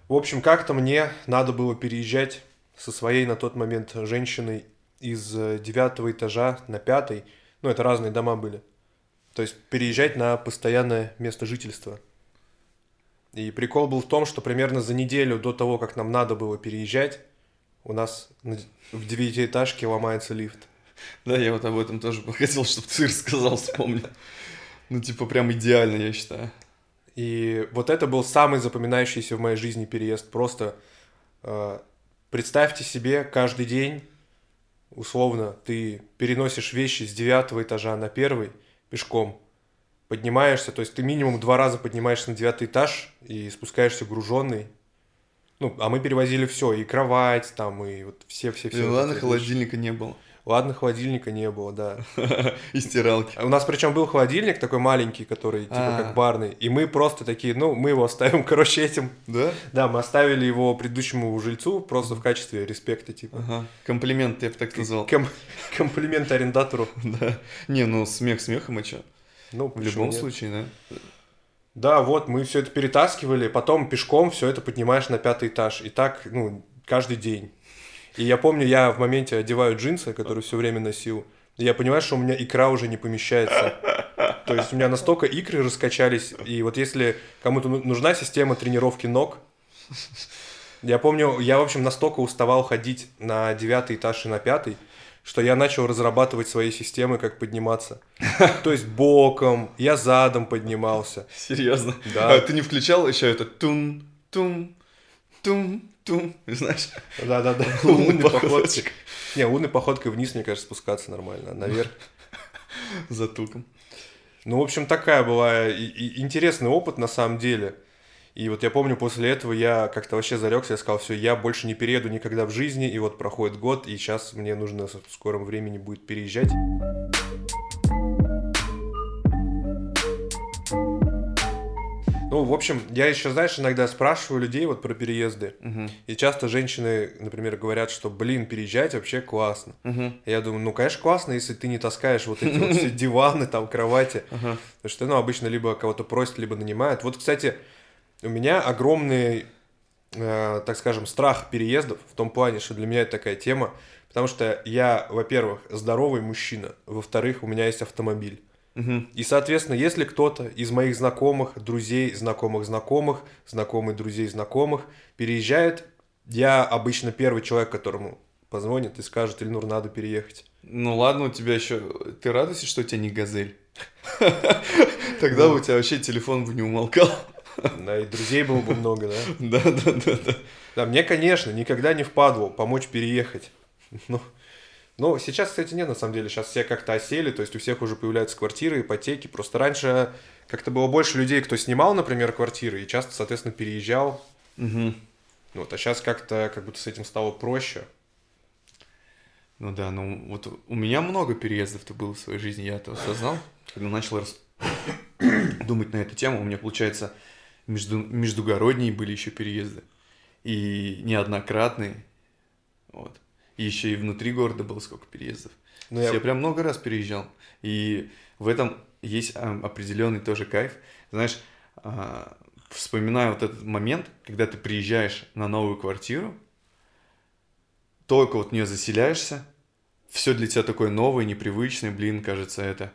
В общем, как-то мне надо было переезжать со своей на тот момент женщиной из 9 этажа на 5. Ну, это разные дома были. То есть переезжать на постоянное место жительства. И прикол был в том, что примерно за неделю до того, как нам надо было переезжать, у нас в 9-этажке ломается лифт. Да, я вот об этом тоже хотел, чтобы ты рассказал, вспомнил. Ну, типа, прям идеально, я считаю. И вот это был самый запоминающийся в моей жизни переезд. Просто представьте себе, каждый день, условно, ты переносишь вещи с 9 этажа на 1 пешком, поднимаешься, то есть ты минимум 2 раза поднимаешься на 9 этаж и спускаешься груженный. Ну, а мы перевозили все, и кровать там, и вот все-все-все. И вот ладно, эти холодильника не было. Ладно, холодильника не было, да. И стиралки. У нас причем был холодильник такой маленький, который типа как барный, и мы просто такие, ну, мы его оставим, короче, этим. Да? Да, мы оставили его предыдущему жильцу просто в качестве респекта, типа. Ага. Комплимент, я бы так назвал. Комплимент арендатору. Да. Не, ну смех смехом, а чё? Ну, В любом случае, да. Да, вот, мы все это перетаскивали, потом пешком все это поднимаешь на 5 этаж. И так, ну, каждый день. И я помню, я в моменте одеваю джинсы, которые все время носил, и я понимаю, что у меня икра уже не помещается. То есть у меня настолько икры раскачались, и вот если кому-то нужна система тренировки ног, я помню, я, в общем, настолько уставал ходить на 9 этаж и на 5, что я начал разрабатывать свои системы, как подниматься. То есть боком, я задом поднимался. Серьезно? Да. А ты не включал еще это тун-тун, тун-тун, знаешь? Да-да-да, лунной походкой. Не, лунной походкой вниз, мне кажется, спускаться нормально, наверх. Затуком. Ну, в общем, такая была и интересный опыт на самом деле. И вот я помню, после этого я как-то вообще зарекся, я сказал, все, я больше не перееду никогда в жизни, и вот проходит год, и сейчас мне нужно в скором времени будет переезжать. Ну, в общем, я еще, знаешь, иногда спрашиваю людей вот про переезды, и часто женщины, например, говорят, что, блин, переезжать вообще классно. И я думаю, ну, конечно, классно, если ты не таскаешь вот эти вот все диваны, там, кровати, потому что, ну, обычно либо кого-то просят, либо нанимают. Вот, кстати, у меня огромный, так скажем, страх переездов в том плане, что для меня это такая тема, потому что я, во-первых, здоровый мужчина, во-вторых, у меня есть автомобиль. И, соответственно, если кто-то из моих знакомых, друзей, знакомых, знакомых, друзей, знакомых переезжает, я обычно первый человек, которому позвонит и скажет: Ильнур, надо переехать. Ну ладно, у тебя еще... Ты радуешься, что у тебя не газель? Тогда у тебя вообще телефон бы не умолкал. Да, и друзей было бы много, да? Да. Да, мне, конечно, никогда не впадло помочь переехать. Но сейчас, кстати, нет, на самом деле. Сейчас все как-то осели, то есть у всех уже появляются квартиры, ипотеки. Просто раньше как-то было больше людей, кто снимал, например, квартиры, и часто, соответственно, переезжал. Вот, а сейчас как-то как будто с этим стало проще. Ну да, ну вот у меня много переездов-то было в своей жизни, я это осознал. Когда начал думать на эту тему, у меня, получается, междугородние были еще переезды. И неоднократные. Вот. И еще и внутри города было сколько переездов. Я прям много раз переезжал. И в этом есть определенный тоже кайф. Знаешь, вспоминаю вот этот момент, когда ты приезжаешь на новую квартиру, только вот в нее заселяешься, все для тебя такое новое, непривычное, блин, кажется, это...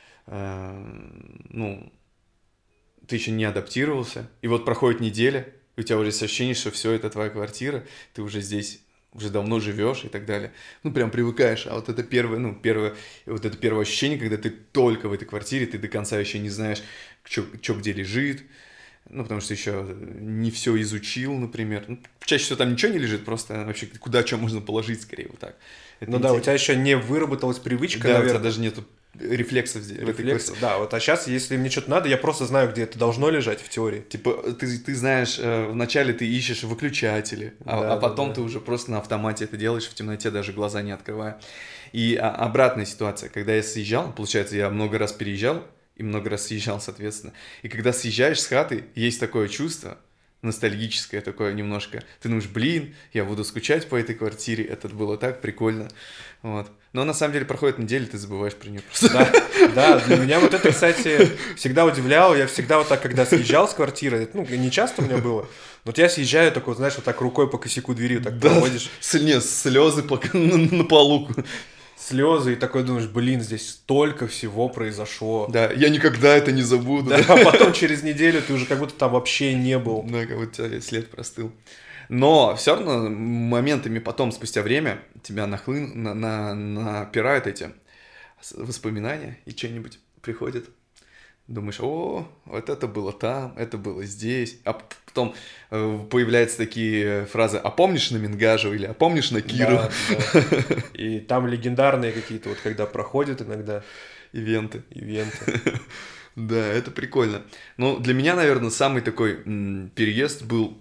ну, ты еще не адаптировался. И вот проходит неделя, и у тебя уже есть ощущение, что все, это твоя квартира, ты уже здесь... уже давно живешь и так далее. Ну, прям привыкаешь. А вот это первое ощущение, когда ты только в этой квартире, ты до конца еще не знаешь, что где лежит. Ну, потому что еще не все изучил, например. Ну, чаще всего там ничего не лежит, просто вообще куда что можно положить, скорее, вот так. Это ну да, у тебя еще не выработалась привычка, да, наверное. У тебя даже нету рефлексов здесь. Да, вот, а сейчас, если мне что-то надо, я просто знаю, где это должно лежать в теории. Типа, ты знаешь, вначале ты ищешь выключатели, а потом ты уже просто на автомате это делаешь, в темноте даже глаза не открывая. И обратная ситуация, когда я съезжал, получается, я много раз переезжал и много раз съезжал, соответственно. И когда съезжаешь с хаты, есть такое чувство, ностальгическое такое немножко. Ты думаешь, блин, я буду скучать по этой квартире, это было так прикольно. Вот. Но на самом деле проходит неделя, ты забываешь про нее просто. Да, да, для меня вот это, кстати, всегда удивляло. Я всегда вот так, когда съезжал с квартиры, ну, не часто у меня было, но вот я съезжаю, такой, знаешь, вот так рукой по косяку двери так проводишь. Слезы на полу. Слезы, и такой думаешь, блин, здесь столько всего произошло. Да, я никогда это не забуду. Да, а потом через неделю ты уже как будто там вообще не был. Да, как будто у тебя след простыл. Но все равно моментами потом, спустя время, тебя напирают эти воспоминания, и что-нибудь приходит. Думаешь, о, вот это было там, это было здесь. А потом появляются такие фразы, а помнишь на Мингажева или а помнишь на Киру? Да, да. И там легендарные какие-то, вот когда проходят иногда Ивенты. Да, это прикольно. Ну, для меня, наверное, самый такой переезд был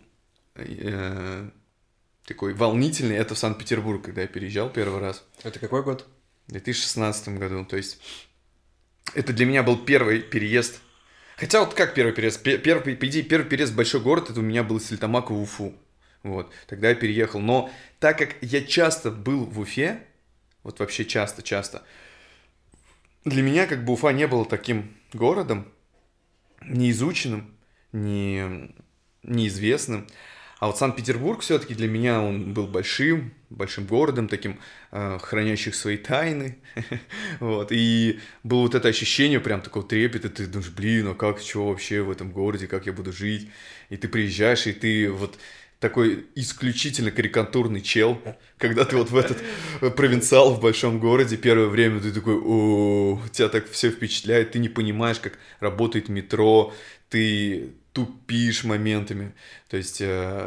такой волнительный. Это в Санкт-Петербург, когда я переезжал первый раз. Это какой год? В 2016 году, то есть... Это для меня был первый переезд. Хотя вот как первый переезд? По идее, первый переезд в большой город, это у меня был из Стерлитамака в Уфу. Вот, тогда я переехал. Но так как я часто был в Уфе, вот вообще часто, для меня как бы Уфа не было таким городом, неизученным, неизвестным. А вот Санкт-Петербург все-таки для меня он был большим городом, таким хранящих свои тайны. Вот. И было вот это ощущение прям такого трепета. Ты думаешь, блин, а как, что вообще в этом городе, как я буду жить? И ты приезжаешь, и ты вот такой исключительно карикатурный чел, когда ты вот в этот провинциал в большом городе, первое время ты такой, о, тебя так все впечатляет, ты не понимаешь, как работает метро, ты тупишь моментами, то есть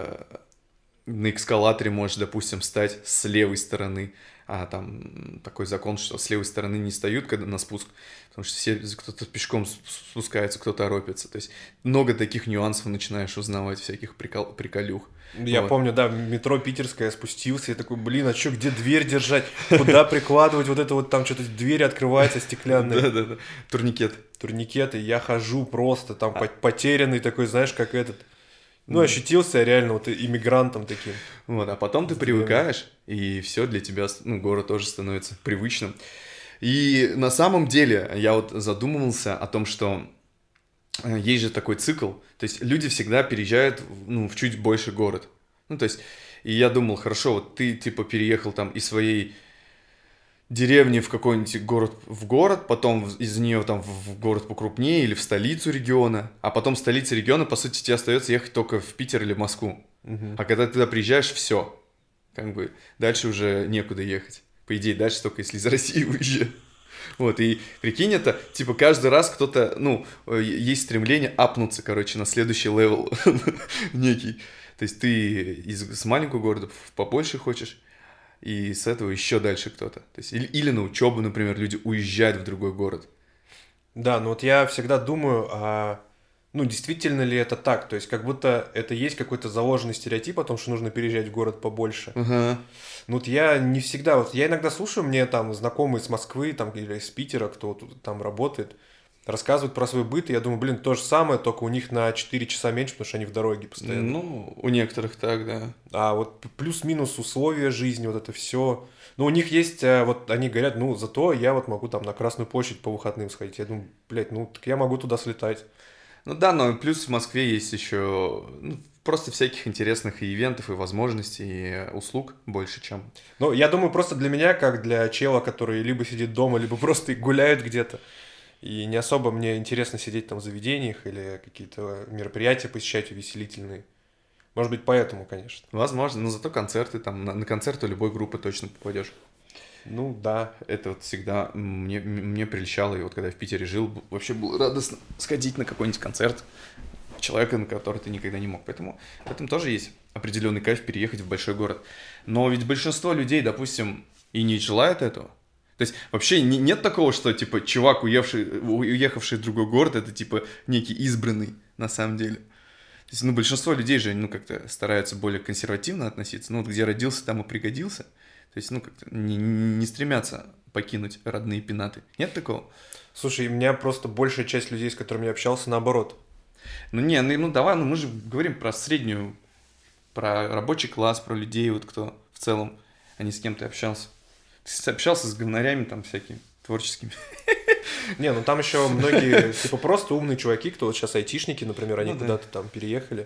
на эскалаторе можешь, допустим, встать с левой стороны, а там такой закон, что с левой стороны не встают, когда на спуск, потому что все, кто-то пешком спускается, кто-то торопится, то есть много таких нюансов начинаешь узнавать, всяких приколюх. Я помню, да, метро питерское, я спустился, я такой, блин, а что, где дверь держать, куда прикладывать, вот это вот там что-то дверь открывается стеклянная. Да, турникеты, я хожу просто там потерянный такой, знаешь, как этот. Ну, ощутился реально вот иммигрантом таким. Вот, а потом ты привыкаешь, и все для тебя, ну, город тоже становится привычным. И на самом деле я вот задумывался о том, что есть же такой цикл, то есть люди всегда переезжают, ну, в чуть больше город. Ну, то есть, и я думал, хорошо, вот ты, типа, переехал там из своей деревни в какой-нибудь город, потом из нее там в город покрупнее или в столицу региона, а потом в столице региона, по сути, тебе остается ехать только в Питер или в Москву. А когда ты туда приезжаешь, все, как бы дальше уже некуда ехать. По идее, дальше только если из России уезжать. Вот, и прикинь, это, типа, каждый раз кто-то, ну, есть стремление апнуться, короче, на следующий левел некий. То есть ты с маленького города побольше хочешь, и с этого еще дальше кто-то. То есть, или на учебу, например, люди уезжают в другой город. Да, но вот я всегда думаю, ну, действительно ли это так? То есть, как будто это есть какой-то заложенный стереотип о том, что нужно переезжать в город побольше. Ну, вот я не всегда... Вот я иногда слушаю, мне там знакомые из Москвы там, или из Питера, кто тут там работает, рассказывают про свой быт, и я думаю, блин, то же самое, только у них на 4 часа меньше, потому что они в дороге постоянно. Ну, у некоторых так, да. А вот плюс-минус условия жизни, вот это все. Ну, у них есть, вот они говорят, ну, зато я вот могу там на Красную площадь по выходным сходить. Я думаю, блядь, ну, так я могу туда слетать. Ну да, но плюс в Москве есть еще просто всяких интересных и ивентов, и возможностей, и услуг больше, чем... Ну, я думаю, просто для меня, как для чела, который либо сидит дома, либо просто гуляет где-то, и не особо мне интересно сидеть там в заведениях или какие-то мероприятия посещать увеселительные. Может быть, поэтому, конечно. Возможно, но зато концерты, там, на концерты любой группы точно попадешь. Ну, да. Это вот всегда мне прельщало, и вот когда я в Питере жил, вообще было радостно сходить на какой-нибудь концерт человека, на который ты никогда не мог. Поэтому в этом тоже есть определенный кайф переехать в большой город. Но ведь большинство людей, допустим, и не желают этого. То есть вообще нет такого, что типа чувак, уехавший в другой город, это типа некий избранный на самом деле. То есть, ну, большинство людей же, ну, как-то стараются более консервативно относиться. Ну, вот где родился, там и пригодился. То есть, ну, как-то не стремятся покинуть родные пенаты. Нет такого? Слушай, у меня просто большая часть людей, с которыми я общался, наоборот. Ну давай, мы же говорим про среднюю, про рабочий класс, про людей, вот кто в целом, а не с кем ты общался. Ты общался с говнарями там всякими, творческими. Не, ну там еще многие, типа, просто умные чуваки, кто вот сейчас айтишники, например, они куда-то там переехали.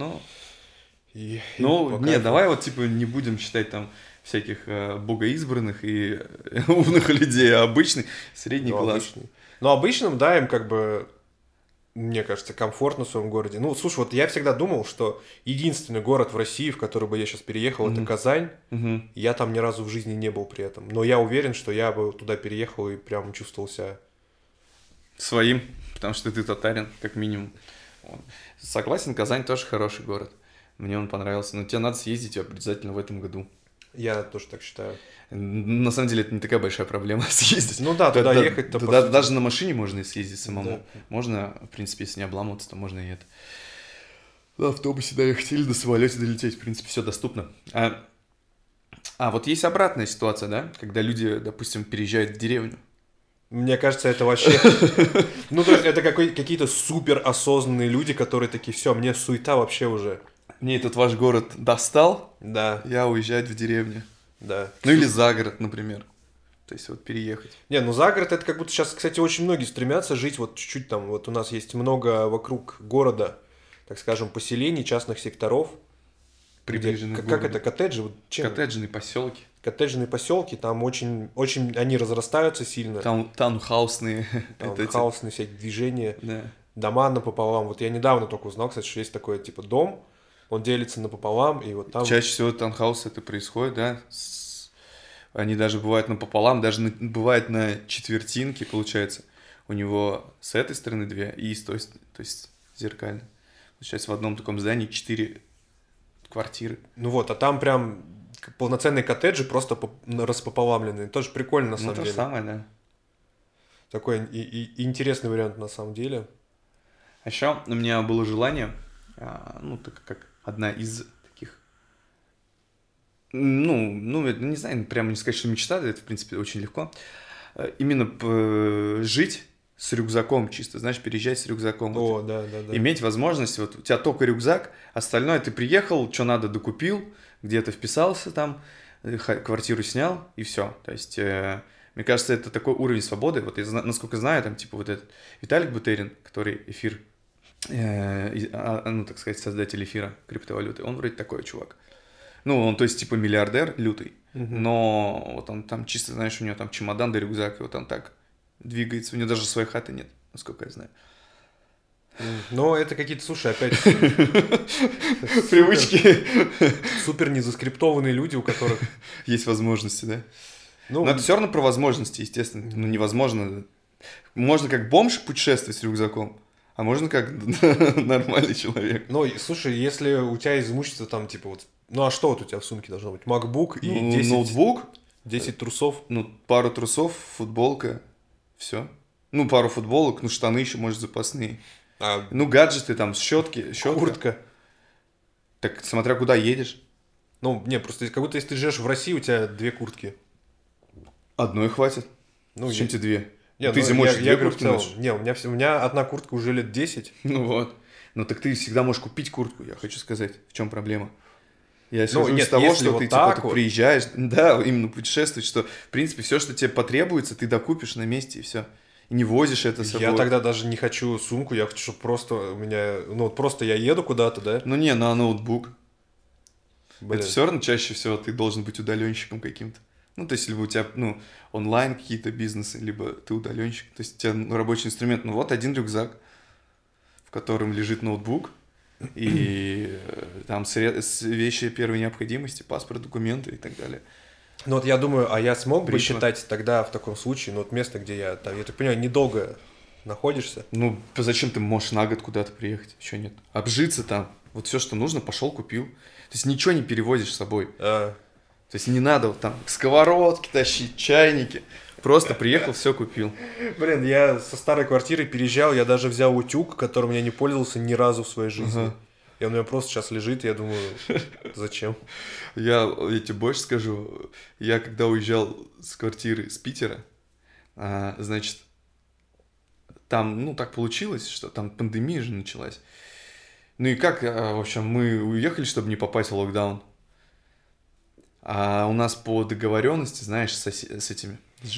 Давай вот, типа, не будем считать там всяких богоизбранных и умных людей, а обычный средний класс. Ну, обычным, да, им как бы, мне кажется, комфортно в своем городе. Ну, слушай, вот я всегда думал, что единственный город в России, в который бы я сейчас переехал, это Казань. Я там ни разу в жизни не был при этом. Но я уверен, что я бы туда переехал и прям чувствовал себя своим, потому что ты татарин, как минимум. Согласен, Казань тоже хороший город. Мне он понравился. Но тебе надо съездить обязательно в этом году. Я тоже так считаю. На самом деле, это не такая большая проблема съездить. Ну да, туда ехать-то даже на машине можно и съездить самому. Да. Можно, в принципе, если не обламываться, то можно и это. На автобусе доехать или на самолете долететь. В принципе, все доступно. Вот есть обратная ситуация, да? Когда люди, допустим, переезжают в деревню. Мне кажется, это вообще... Ну, то есть, это какие-то супер осознанные люди, которые такие, все, мне суета вообще уже. Мне этот ваш город достал, да. Я уезжать в деревню. Да. Ну, или за город, например. То есть, вот переехать. Не, ну за город это как будто сейчас, кстати, очень многие стремятся жить вот чуть-чуть там. Вот у нас есть много вокруг города, так скажем, поселений, частных секторов. Приближенных к городу. Как это, коттеджи? Вот чем? Коттеджные поселки. Коттеджные поселки, там очень они разрастаются сильно. Там таунхаусные. Таунхаусные всякие движения. Да. Дома напополам. Вот я недавно только узнал, кстати, что есть такой типа дом, он делится напополам, и вот там... Чаще всего таунхаус это происходит, да? Они даже бывают напополам, даже бывает на четвертинке, получается. У него с этой стороны 2 и с той, то есть зеркально. Получается, в одном таком здании 4 квартиры. Ну вот, а там прям полноценные коттеджи просто распополамленные. Тоже прикольно, на самом деле. Ну, то же самое, да. Такой и интересный вариант, на самом деле. А еще у меня было желание, ну, так как одна из таких, не знаю, прямо не сказать, что мечта, это, в принципе, очень легко, именно жить с рюкзаком чисто, знаешь, переезжать с рюкзаком. О, да. Иметь возможность, вот у тебя только рюкзак, остальное ты приехал, что надо, докупил, где-то вписался там, квартиру снял, и все. То есть, мне кажется, это такой уровень свободы. Вот я, насколько знаю, там, типа, вот этот Виталик Бутерин, который эфир, так сказать, создатель эфира криптовалюты, он вроде такой чувак. Ну, он, то есть, типа, миллиардер лютый, но вот он там чисто, знаешь, у него там чемодан да рюкзак, и вот он так двигается. У него даже своей хаты нет, насколько я знаю. Но это какие-то, слушай, опять... Привычки. Супер незаскриптованные люди, у которых... Есть возможности, да? Но это все равно про возможности, естественно. Ну, невозможно. Можно как бомж путешествовать с рюкзаком, а можно как нормальный человек. Ну, слушай, если у тебя из имущества там, типа, вот... Ну, а что вот у тебя в сумке должно быть? MacBook и 10... Ноутбук. 10 трусов. Ну, пару трусов, футболка, все. Ну, пару футболок, ну, штаны еще, может, запасные. Ну, гаджеты там, щетка. Куртка. Так, смотря куда едешь. Ну, не, просто как будто если ты живешь в России, у тебя 2 куртки. Одной хватит. Ну, зачем тебе 2? Не, ты зимой я говорю в целом. Не, у меня одна куртка уже лет 10. Ну вот. Ну так ты всегда можешь купить куртку, я хочу сказать. В чем проблема? Я исхожу из того, что вот ты так типа приезжаешь, да, именно путешествовать, что в принципе все, что тебе потребуется, ты докупишь на месте и все. И не возишь это с собой. Я тогда даже не хочу сумку, я хочу, чтобы просто у меня, ну вот просто я еду куда-то, да? Ну не, на ноутбук. Блин. Это все равно чаще всего ты должен быть удаленщиком каким-то. Ну, то есть, либо у тебя, онлайн какие-то бизнесы, либо ты удаленщик. То есть, у тебя рабочий инструмент. Ну, вот один рюкзак, в котором лежит ноутбук, и там вещи первой необходимости, паспорт, документы и так далее. Ну, вот я думаю, а я смог бы считать тогда в таком случае, вот место, где я так понимаю, недолго находишься. Ну, зачем ты можешь на год куда-то приехать? Еще нет. Обжиться там. Вот все, что нужно, пошел, купил. То есть, ничего не перевозишь с собой. То есть не надо вот там сковородки тащить, чайники. Просто приехал, все купил. Блин, я со старой квартиры переезжал, я даже взял утюг, которым я не пользовался ни разу в своей жизни. И он у меня просто сейчас лежит, и я думаю, зачем? Я тебе больше скажу. Я когда уезжал с квартиры с Питера, значит, там, ну, так получилось, что там пандемия же началась. Ну и как, в общем, мы уехали, чтобы не попасть в локдаун. А у нас по договоренности, знаешь, с этими,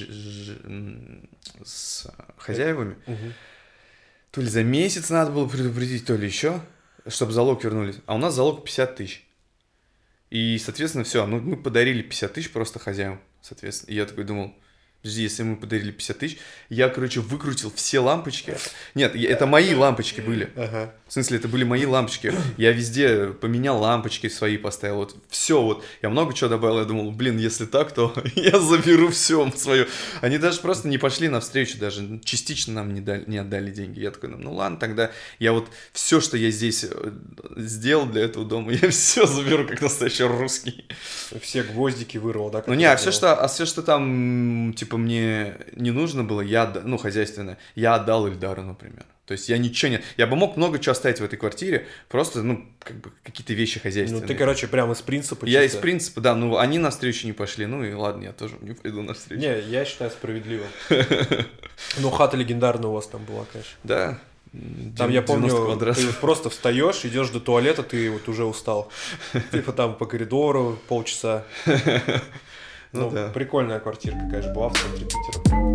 с хозяевами, то ли за месяц надо было предупредить, то ли еще, чтобы залог вернули. А у нас залог 50 тысяч. И, соответственно, все, мы подарили 50 тысяч просто хозяевам, соответственно. И я такой думал, подожди, если мы подарили 50 тысяч, я, короче, выкрутил все лампочки. Нет, это мои лампочки были. Ага. В смысле, это были мои лампочки. Я везде поменял лампочки свои, поставил. Вот все вот. Я много чего добавил. Я думал, блин, если так, то я заберу все свое. Они даже просто не пошли навстречу, даже частично нам не отдали деньги. Я такой, ну ладно, тогда я вот все, что я здесь сделал для этого дома, я все заберу, как настоящий русский. Все гвоздики вырвал, да? Ну не, все, что там, типа, мне не нужно было, хозяйственное, я отдал Ильдару, например. То есть я ничего не... Я бы мог много чего оставить в этой квартире, просто, как бы, какие-то вещи хозяйственные. Ну, ты, короче, прямо из принципа Я из принципа, да, они навстречу не пошли, ну и ладно, я тоже не пойду навстречу. Не, я считаю справедливо. Ну, хата легендарная у вас там была, конечно. Да. Там, я помню, ты просто встаешь, идешь до туалета, ты вот уже устал. Типа там по коридору полчаса. Ну, да. Прикольная квартирка, конечно, была в центре Питера.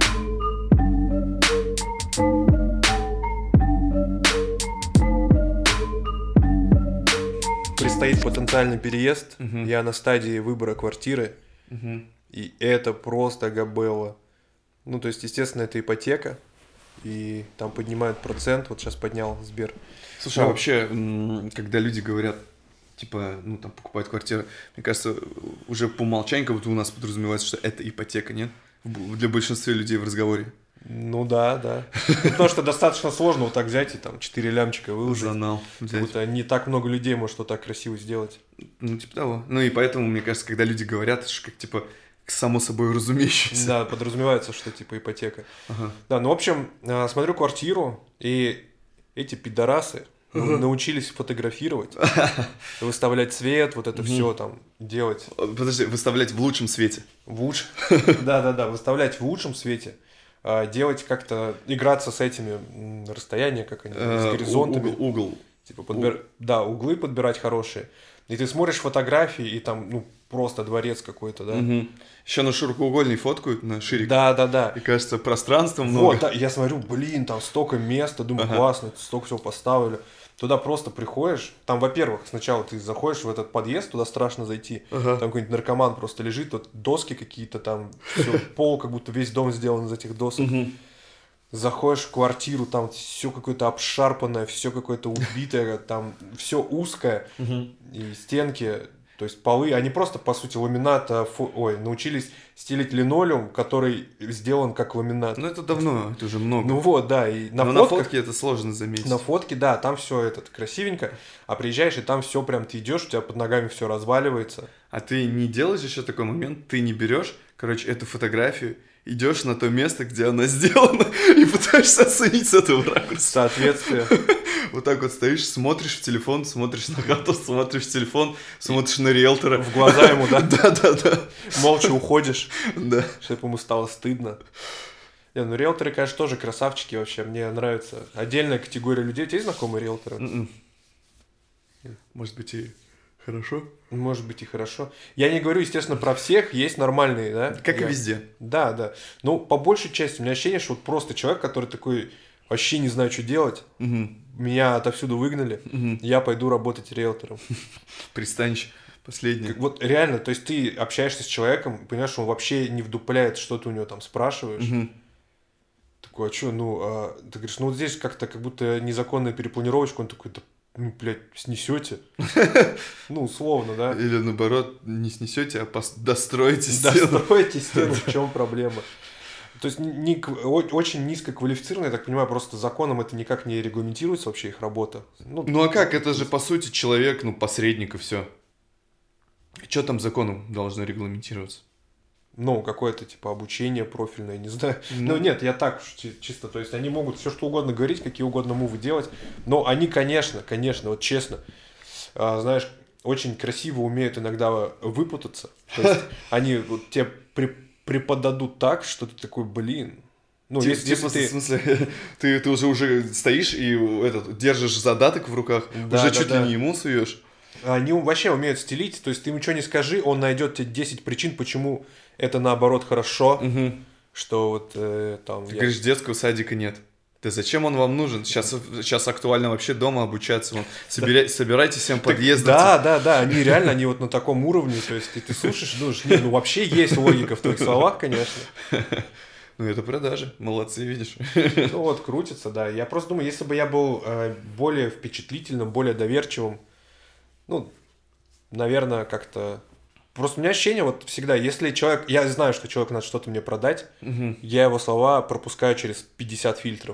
Предстоит потенциальный переезд. Я на стадии выбора квартиры. И это просто габелла. Ну, то есть, естественно, это ипотека. И там поднимают процент. Вот сейчас поднял Сбер. Слушай, а вообще, когда люди говорят, типа, там покупают квартиру, мне кажется, уже по умолчанию как будто у нас подразумевается, что это ипотека, нет? Для большинства людей в разговоре. Ну да. Потому что достаточно сложно вот так взять и там 4 лямчика выложить. Занал взять. Будто не так много людей может вот так красиво сделать. Ну, типа того. Ну и поэтому, мне кажется, когда люди говорят, это же как типа само собой разумеющееся. Да, подразумевается, что типа ипотека. Ага. Да, ну в общем, смотрю квартиру, и эти пидорасы научились фотографировать, выставлять цвет, вот это все там делать. Подожди, выставлять в лучшем свете. Да, выставлять в лучшем свете. Делать как-то, играться с этими расстояния, как они, с горизонтами. Угол. Типа да, углы подбирать хорошие. И ты смотришь фотографии, и там, просто дворец какой-то, да. Еще на широкоугольный фоткают, на ширик. Да. И кажется, пространства много. Вот, да, я смотрю, там столько места, думаю, классно, столько всего поставили. Туда просто приходишь, там, во-первых, сначала ты заходишь в этот подъезд, туда страшно зайти, там какой-нибудь наркоман просто лежит, вот доски какие-то там, все, пол, как будто весь дом сделан из этих досок. Заходишь в квартиру, там все какое-то обшарпанное, все какое-то убитое, там все узкое, и стенки, то есть полы, они просто, по сути, ламинат, научились стелить линолеум, который сделан как ламинат. Ну, это давно, это уже много. Ну вот, да, и на фотке это сложно заметить. На фотке, да, там все это красивенько, а приезжаешь, и там все прям, ты идешь, у тебя под ногами все разваливается. А ты не делаешь еще такой момент, ты не берешь, эту фотографию, идешь на то место, где она сделана, и пытаешься оценить с этого ракурса. Соответствие. Вот так вот стоишь, смотришь в телефон, смотришь на хату, смотришь в телефон, смотришь на риэлтора. В глаза ему, да? Да. Молча уходишь. Да. Чтобы ему стало стыдно. Риэлторы, конечно, тоже красавчики вообще. Мне нравится. Отдельная категория людей. У тебя есть знакомые риэлторы? Может быть, и хорошо. Может быть, и хорошо. Я не говорю, естественно, про всех. Есть нормальные, да? Как и везде. Да. Ну, по большей части у меня ощущение, что вот просто человек, который такой... Вообще не знаю, что делать. Меня отовсюду выгнали. Я пойду работать риэлтором. Пристанешь последний. Вот реально, то есть ты общаешься с человеком, понимаешь, он вообще не вдупляет, что ты у него там спрашиваешь. Такой, а что, ты говоришь, вот здесь как-то как будто незаконная перепланировочка. Он такой, да, блядь, снесете. Условно, да. Или наоборот, не снесете, а достроите стену. Достроите стену, в чем проблема? То есть очень низкоквалифицированные, я так понимаю, просто законом это никак не регламентируется вообще их работа. А как? Это же по сути человек, посредник и все. Что там законом должно регламентироваться? Какое-то типа обучение профильное, не знаю. Нет, я так чисто, то есть они могут все что угодно говорить, какие угодно мувы делать, но они, конечно, вот честно, знаешь, очень красиво умеют иногда выпутаться. То есть они вот тебе преподадут так, что ты такой, Ну, если ты... В смысле, ты уже стоишь и держишь задаток в руках, Да, уже чуть ли не ему суешь. Они вообще умеют стелить, то есть ты ему что не скажи, он найдет тебе 10 причин, почему это наоборот хорошо, что вот там... Ты говоришь, детского садика нет. Да зачем он вам нужен? Сейчас актуально вообще дома обучаться. Собирайте всем подъезды. Да, они реально, они вот на таком уровне, то есть ты слушаешь, думаешь, ну вообще есть логика в твоих словах, конечно. Ну это продажи, молодцы, видишь. Ну вот, крутится, да. Я просто думаю, если бы я был более впечатлительным, более доверчивым, ну, наверное, как-то... Просто у меня ощущение вот всегда, если человек... Я знаю, что человек надо что-то мне продать, я его слова пропускаю через 50 фильтров.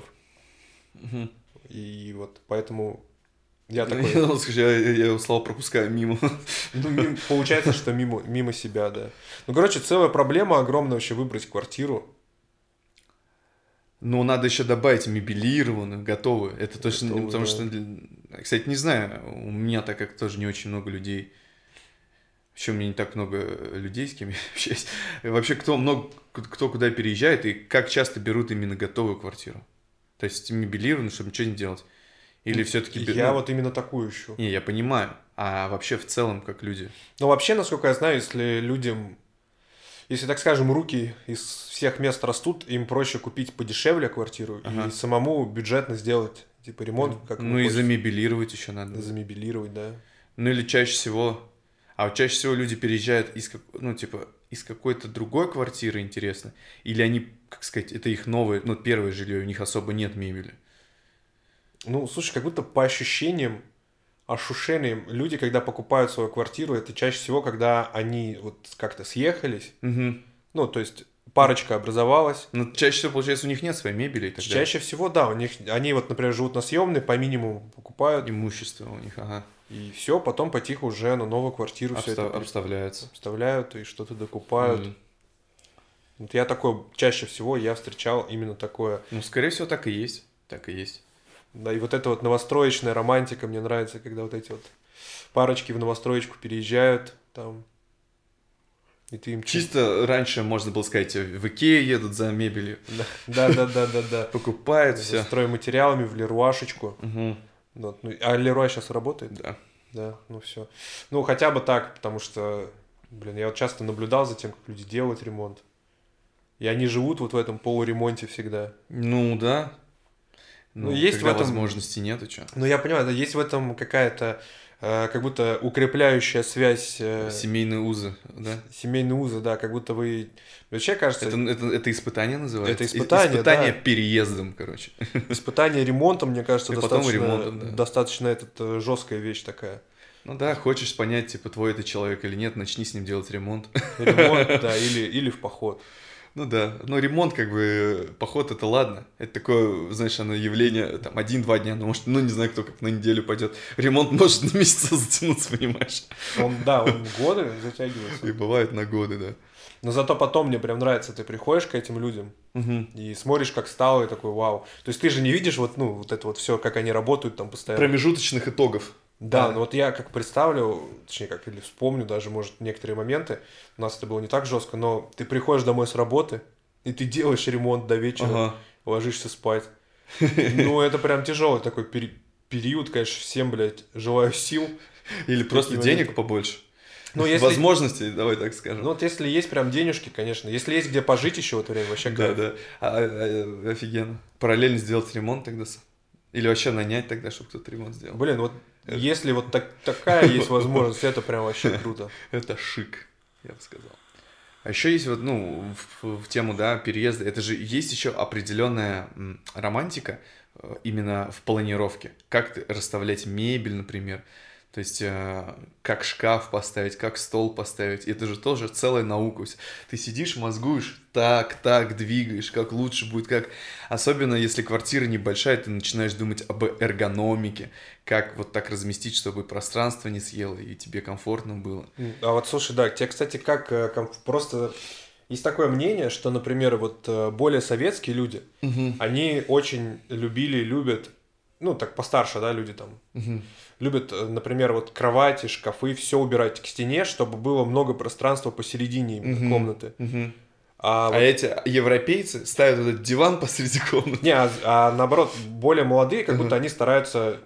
И вот поэтому я такой... Я его слова пропускаю мимо. Ну, получается, что мимо себя, да. Ну, короче, целая проблема огромная вообще выбрать квартиру. Ну, надо еще добавить мебелированную, готовую. Это точно, потому что, кстати, не знаю, у меня так как тоже не очень много людей. Еще у меня не так много людей, с кем я общаюсь. Вообще, кто куда переезжает и как часто берут именно готовую квартиру? То есть мебелированную, чтобы ничего не делать? Или все-таки... Я вот именно такую ищу. Не, я понимаю. А вообще в целом, как люди? Ну, вообще, насколько я знаю, если людям... Если, так скажем, руки из всех мест растут, им проще купить подешевле квартиру и самому бюджетно сделать, типа, ремонт. Как ну, и замебелировать еще надо. Замебелировать, да. Ну, или чаще всего... А вот чаще всего люди переезжают из какой-то другой квартиры, интересно. Или они, как сказать, это их новое, первое жилье, у них особо нет мебели. Ну, слушай, как будто по ощущениям, люди, когда покупают свою квартиру, это чаще всего, когда они вот как-то съехались. Ну, то есть парочка образовалась. Ну, чаще всего, получается, у них нет своей мебели и так далее. Чаще всего, да, они вот, например, живут на съемной, по минимуму покупают. Имущество у них, ага. И все, потом потиху уже на новую квартиру все это обставляются. Обставляют и что-то докупают. Вот я такое, чаще всего я встречал именно такое. Ну, скорее всего, так и есть. Так и есть. Да, и вот эта вот новостроечная романтика мне нравится, когда вот эти вот парочки в новостроечку переезжают, там, и ты им... Чисто раньше можно было сказать, в Икею едут за мебелью. Да. Покупают все. Стройматериалами в Леруашечку. Вот, ну, а Леруа сейчас работает? Да. Да, ну все. Ну, хотя бы так, потому что, я вот часто наблюдал за тем, как люди делают ремонт. И они живут вот в этом полуремонте всегда. Ну, да. Ну, есть когда в этом... возможности нет, и что? Ну, я понимаю, да, есть в этом какая-то как будто укрепляющая связь... Семейные узы, да? Семейные узы, да, как будто вы... Вообще, кажется... Это испытание называется? Это испытание, Испытание переездом, короче. Испытание ремонтом, мне кажется, достаточно, достаточно жесткая вещь такая. Ну да, хочешь понять, типа, твой это человек или нет, начни с ним делать ремонт. Ремонт, да, или в поход. Ну да, но ремонт, поход это ладно. Это такое, знаешь, оно явление, там, 1-2 дня, может, не знаю, кто как на неделю пойдет. Ремонт может на месяца затянуться, понимаешь? Он годы затягивается. И бывает на годы, да. Но зато потом мне прям нравится, ты приходишь к этим людям и смотришь, как стало, и такой, вау. То есть ты же не видишь вот это вот все, как они работают там постоянно. Промежуточных итогов. Да, но вот я как представлю, точнее, или вспомню даже, может, некоторые моменты, у нас это было не так жестко, но ты приходишь домой с работы, и ты делаешь ремонт до вечера, ложишься спать. Ну, это прям тяжелый такой период, конечно, всем, желаю сил. Или просто денег побольше. Ну, если... Возможностей, давай так скажем. Ну, вот если есть прям денежки, конечно, если есть где пожить еще в это время, вообще кайф. Да. Офигенно. Параллельно сделать ремонт тогда. Или вообще нанять тогда, чтобы кто-то ремонт сделал. Вот если вот такая есть возможность, это прям вообще круто. Это шик, я бы сказал. А еще есть вот, в тему, да, переезда, это же есть еще определенная романтика именно в планировке. Как расставлять мебель, например. То есть, как шкаф поставить, как стол поставить. Это же тоже целая наука. Ты сидишь, мозгуешь, так двигаешь, как лучше будет, как... Особенно, если квартира небольшая, ты начинаешь думать об эргономике. Как вот так разместить, чтобы пространство не съело и тебе комфортно было. А вот, слушай, да, тебе, кстати, просто... Есть такое мнение, что, например, вот более советские люди, они очень любят... Ну, так постарше, да, люди там... Любят, например, вот кровати, шкафы, все убирать к стене, чтобы было много пространства посередине комнаты. А эти европейцы ставят этот диван посреди комнаты. Не, наоборот, более молодые, как будто они стараются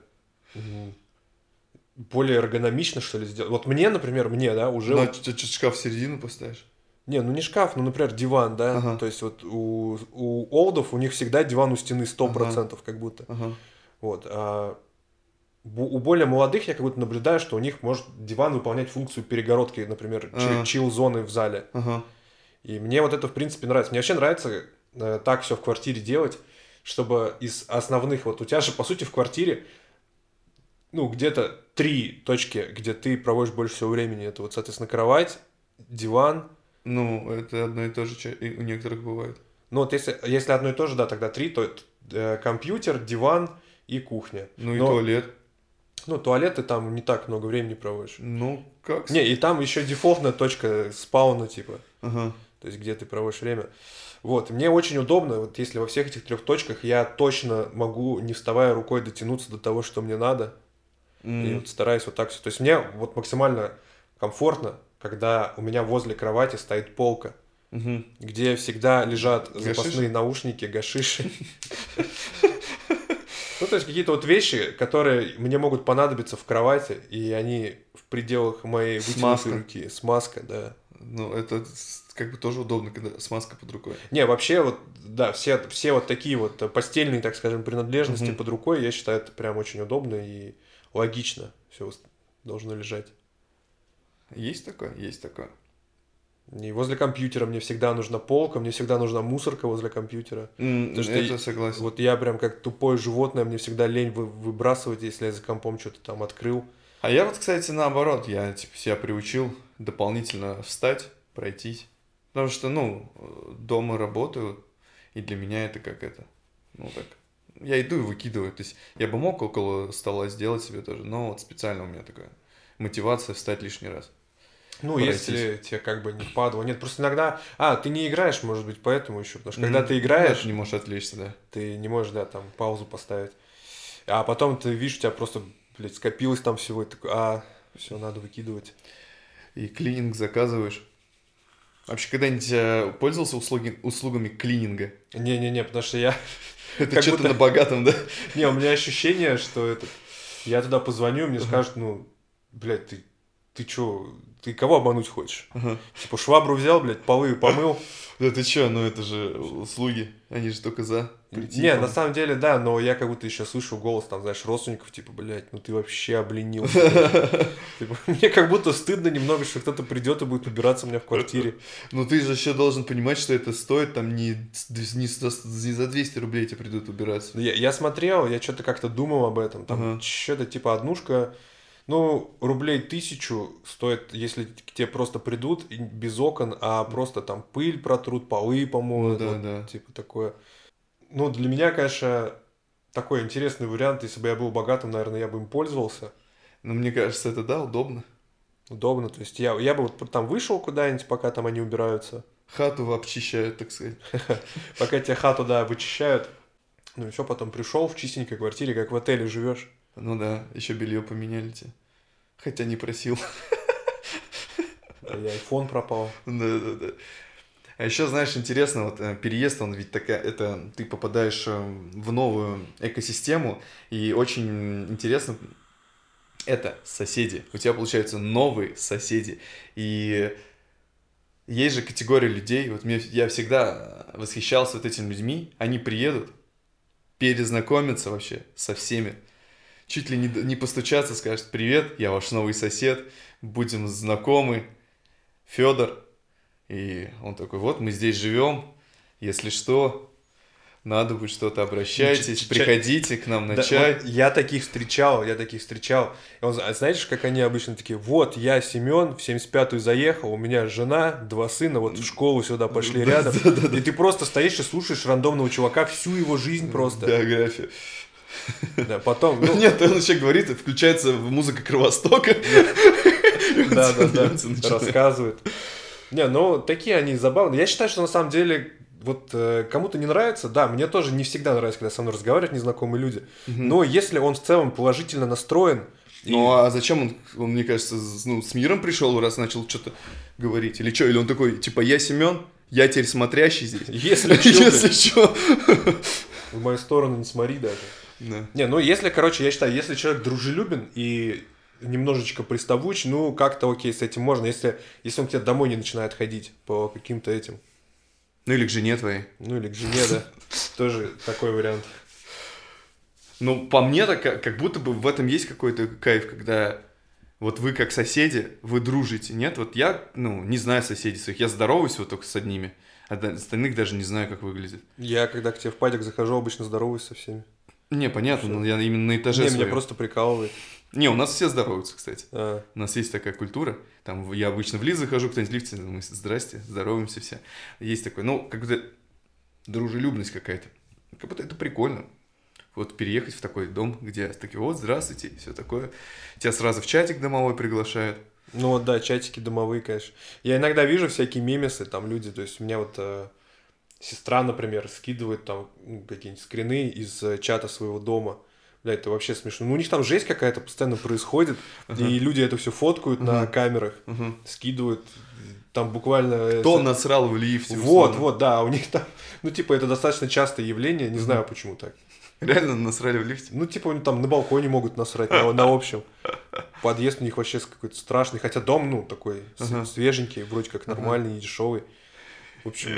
более эргономично, что ли, сделать. Вот мне, например, да, уже... Ну, ты шкаф в середину поставишь? Не, ну не шкаф, ну, например, диван, да. То есть вот у олдов у них всегда диван у стены 100%, как будто. Вот. У более молодых я как будто наблюдаю, что у них может диван выполнять функцию перегородки, например, чил-зоны в зале. И мне вот это, в принципе, нравится. Мне вообще нравится так все в квартире делать, чтобы из основных... Вот у тебя же, по сути, в квартире, ну, где-то 3 точки, где ты проводишь больше всего времени. Это вот, соответственно, кровать, диван. Ну, это одно и то же у некоторых бывает. Ну, вот если одно и то же, да, тогда 3, то компьютер, диван и кухня. Ну, и туалет. Ну, туалет ты там не так много времени проводишь. Ну, как? Не, и там еще дефолтная точка спауна, типа. То есть, где ты проводишь время. Вот, мне очень удобно, вот если во всех этих 3 точках я точно могу, не вставая рукой, дотянуться до того, что мне надо. И вот стараюсь вот так все. То есть, мне вот максимально комфортно, когда у меня возле кровати стоит полка, где всегда лежат запасные наушники, гашиши. Ну, то есть, какие-то вот вещи, которые мне могут понадобиться в кровати, и они в пределах моей вытянутой руки. Смазка, да. Ну, это как бы тоже удобно, когда смазка под рукой. Не, вообще, вот, да, все вот такие вот постельные, так скажем, принадлежности под рукой, я считаю, это прям очень удобно и логично все должно лежать. Есть такое, есть такое. И возле компьютера мне всегда нужна полка, мне всегда нужна мусорка возле компьютера. Это согласен. Вот я прям как тупое животное, мне всегда лень выбрасывать, если я за компом что-то там открыл. А я вот, кстати, наоборот, я типа себя приучил дополнительно встать, пройтись. Потому что, ну, дома работаю, и для меня это как это, ну так, я иду и выкидываю. То есть я бы мог около стола сделать себе тоже, но вот специально у меня такая мотивация встать лишний раз. Ну, пройтись. Если тебе как бы не впадло. Нет, просто иногда... ты не играешь, может быть, поэтому еще. Потому что когда ты играешь... Ты не можешь отвлечься, да. Ты не можешь, да, там, паузу поставить. А потом ты видишь, у тебя просто, блядь, скопилось там всего. И такой, все, надо выкидывать. И клининг заказываешь. Вообще, когда-нибудь пользовался услугами клининга? Не-не-не, потому что я... Это что-то на богатом, да? Не, у меня ощущение, что я туда позвоню, мне скажут, ну, блядь, ты чё, ты кого обмануть хочешь? Типа швабру взял, блядь, полы помыл. Да ты чё, ну это же услуги, они же только за прийти. Не, на самом деле, да, но я как будто еще слышу голос, там, знаешь, родственников, типа, блядь, ну ты вообще обленился. Мне как будто стыдно немного, что кто-то придет и будет убираться у меня в квартире. Ну ты же еще должен понимать, что это стоит там не за 200 рублей тебе придут убираться. Я смотрел, я что-то как-то думал об этом, там, что-то типа однушка... Ну, рублей 1000 стоит, если к тебе просто придут без окон, а просто там пыль протрут, полы помоют, ну, да. Типа такое. Ну, для меня, конечно, такой интересный вариант. Если бы я был богатым, наверное, я бы им пользовался. Ну, мне кажется, это, да, удобно. Удобно, то есть я бы вот там вышел куда-нибудь, пока там они убираются. Хату обчищают, так сказать. Пока тебя хату, да, вычищают. Ну и все, потом пришел в чистенькой квартире, как в отеле живешь. Ну да, еще белье поменяли тебе. Хотя не просил. И айфон пропал. Да. А еще, знаешь, интересно, вот переезд, он ведь это ты попадаешь в новую экосистему, и очень интересно, это соседи. У тебя, получается, новые соседи. И есть же категория людей, вот я всегда восхищался вот этими людьми, они приедут, перезнакомятся вообще со всеми. Чуть ли не постучаться, скажет: привет, я ваш новый сосед, будем знакомы, Федор. И он такой: вот мы здесь живем, если что, надо будет что-то, обращайтесь, приходите к нам на чай. Вот я таких встречал. И он, знаешь, как они обычно такие: вот я Семен, в 75-ю заехал, у меня жена, 2 сына, вот в школу сюда пошли рядом. И ты просто стоишь и слушаешь рандомного чувака всю его жизнь просто. Биография. Да, потом... Нет, он еще говорит, включается музыка Кровостока. Да, рассказывает. Не, ну, такие они забавные. Я считаю, что на самом деле, вот кому-то не нравится, да, мне тоже не всегда нравится, когда со мной разговаривают незнакомые люди, но если он в целом положительно настроен, Ну, а зачем он, мне кажется, с миром пришел, раз начал что-то говорить? Или что? Или он такой, типа, я Семен, я теперь смотрящий здесь. Если что. В мою сторону не смотри даже. Да. Не, ну если, короче, я считаю, если человек дружелюбен и немножечко приставуч, ну как-то окей, с этим можно, если он к тебе домой не начинает ходить по каким-то этим. Ну или к жене твоей. Ну или к жене, да. Тоже такой вариант. Ну, по мне, так как будто бы в этом есть какой-то кайф, когда вот вы как соседи, вы дружите, нет? Вот я, не знаю соседей своих, я здороваюсь вот только с одними, а остальных даже не знаю, как выглядит. Я, когда к тебе в падик захожу, обычно здороваюсь со всеми. Не, понятно, но я именно на этаже своем. Меня просто прикалывает. Не, у нас все здороваются, кстати. У нас есть такая культура. Там я обычно в лифт захожу, кто-нибудь в лифте, мы здрасте, здороваемся все. Есть такой, как будто дружелюбность какая-то. Как будто это прикольно. Вот переехать в такой дом, где такие, вот, здравствуйте, все такое. Тебя сразу в чатик домовой приглашают. Ну вот, да, чатики домовые, конечно. Я иногда вижу всякие мемесы, там люди, то есть у меня вот сестра, например, скидывает там какие-нибудь скрины из чата своего дома. Бля, это вообще смешно. Ну, у них там жесть какая-то постоянно происходит, и люди это все фоткают на камерах, скидывают, там буквально... Кто насрал в лифте? Вот, да, у них там, это достаточно частое явление, не знаю, почему так. Реально насрали в лифте? У них там на балконе могут насрать, на общем. Подъезд у них вообще какой-то страшный, хотя дом, такой свеженький, вроде как нормальный, не дешевый. В общем...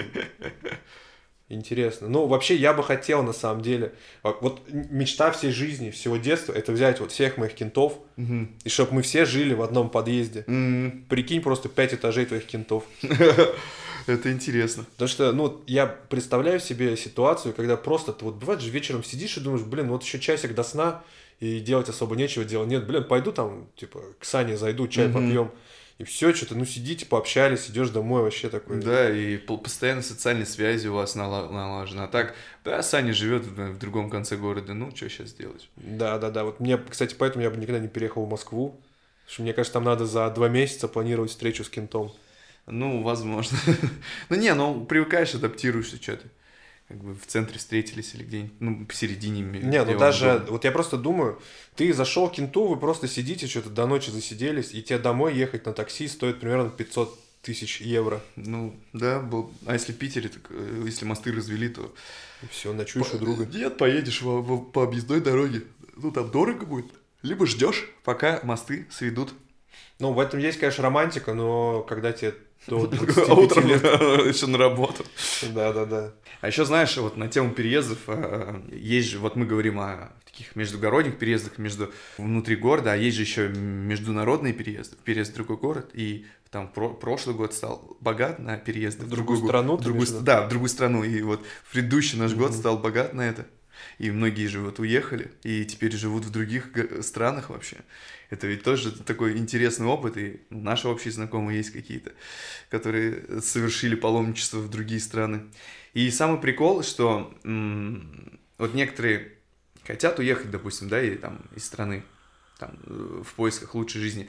Интересно. Вообще, я бы хотел, на самом деле, вот мечта всей жизни, всего детства, это взять вот всех моих кентов, и чтобы мы все жили в одном подъезде. Прикинь, просто 5 этажей твоих кентов. Это интересно. Потому что, я представляю себе ситуацию, когда просто ты вот бывает же вечером сидишь и думаешь, вот еще часик до сна, и делать особо нечего делать. Нет, пойду там, к Сане зайду, чай попьем. И все, что-то, сидите, пообщались, идешь домой, вообще такой. Да, и постоянно социальные связи у вас налажены. А так, да, Саня живет в другом конце города, что сейчас делать? Да. Вот мне, кстати, поэтому я бы никогда не переехал в Москву. Потому что, мне кажется, там надо за 2 месяца планировать встречу с кентом. Возможно. Привыкаешь, адаптируешься, что-то. Как бы в центре встретились или где-нибудь, посередине. Даже, вот я просто думаю, ты зашел к кенту, вы просто сидите, что-то до ночи засиделись, и тебе домой ехать на такси стоит примерно 500 тысяч евро. Да, а если в Питере, так, если мосты развели, то... И все, ночуешь у друга. Нет, поедешь по объездной дороге, там дорого будет. Либо ждешь, пока мосты сведут. В этом есть, конечно, романтика, но когда тебе до 25 утром лет... еще на работу. Да. А еще, знаешь, вот на тему переездов, есть же, вот мы говорим о таких междугородних переездах внутри города, а есть же еще международные переезды, переезд в другой город, и там прошлый год стал богат на переезды в другую страну. Да, в другую страну, и вот предыдущий наш год стал богат на это, и многие же вот уехали, и теперь живут в других странах вообще. Это ведь тоже такой интересный опыт, и наши общие знакомые есть какие-то, которые совершили паломничество в другие страны. И самый прикол, что вот некоторые хотят уехать, допустим, да, и там из страны, там, в поисках лучшей жизни.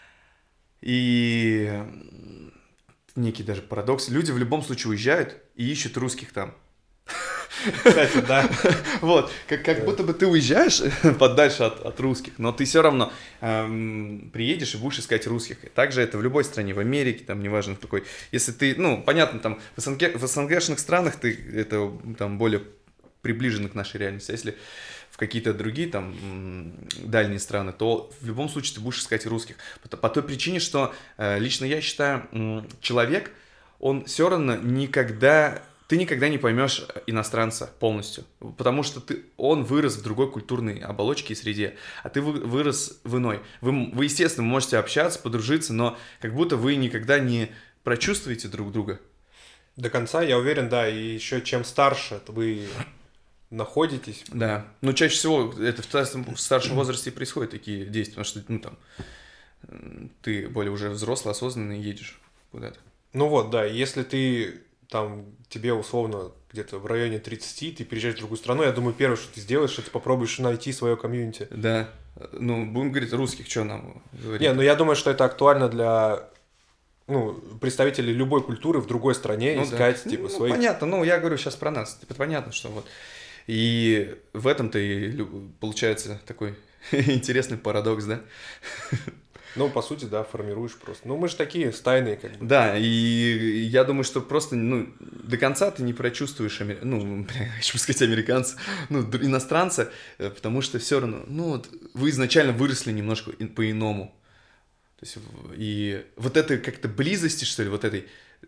И некий даже парадокс. Люди в любом случае уезжают и ищут русских там. Кстати, да. Вот, как будто бы ты уезжаешь подальше от русских, но ты все равно приедешь и будешь искать русских. Также это в любой стране, в Америке, там, неважно в какой. Если ты, понятно, там, в СНГшных странах это там более приближено к нашей реальности, а если в какие-то другие там дальние страны, то в любом случае ты будешь искать русских. По той причине, что лично я считаю, человек, он все равно ты никогда не поймешь иностранца полностью, потому что он вырос в другой культурной оболочке и среде, а ты вырос в иной. Вы, естественно, можете общаться, подружиться, но как будто вы никогда не прочувствуете друг друга. До конца, я уверен, да, и еще чем старше вы находитесь. Да, но чаще всего это в старшем возрасте происходят такие действия, потому что, ты более уже взрослый, осознанный, едешь куда-то. Да, если ты... там тебе условно где-то в районе 30, ты переезжаешь в другую страну, я думаю, первое, что ты сделаешь, это попробуешь найти свое комьюнити. Да, будем говорить русских, что нам говорить? Я думаю, что это актуально для представителей любой культуры в другой стране, искать, да. Своих... Понятно, я говорю сейчас про нас, понятно, что вот. И в этом-то и получается такой Интересный парадокс, да? Ну, по сути, да, формируешь просто. Ну, мы же такие стайные, как бы. Да, и я думаю, что просто, ну, до конца ты не прочувствуешь, ну, хочу сказать, американца, ну, иностранца, потому что все равно, ну, вот вы изначально выросли немножко по-иному. То есть, и вот этой как-то близости, что ли, вот этой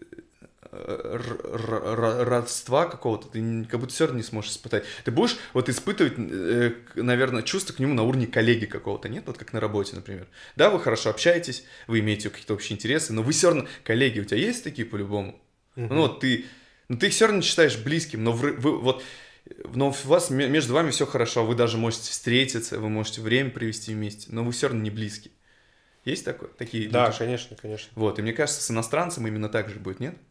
родства какого-то, ты как будто все равно не сможешь испытать. Ты будешь вот испытывать, наверное, чувство к нему на уровне коллеги какого-то, нет? Вот как на работе, например. Да, вы хорошо общаетесь, вы имеете какие-то общие интересы, но вы все равно коллеги, у тебя есть такие по-любому? Ну вот ты их все равно не считаешь близким, но но у вас между вами все хорошо, вы даже можете встретиться, вы можете время провести вместе, но вы все равно не близки. Есть такие люди? Да, конечно, конечно. Вот, и мне кажется, с иностранцем именно так же будет, нет?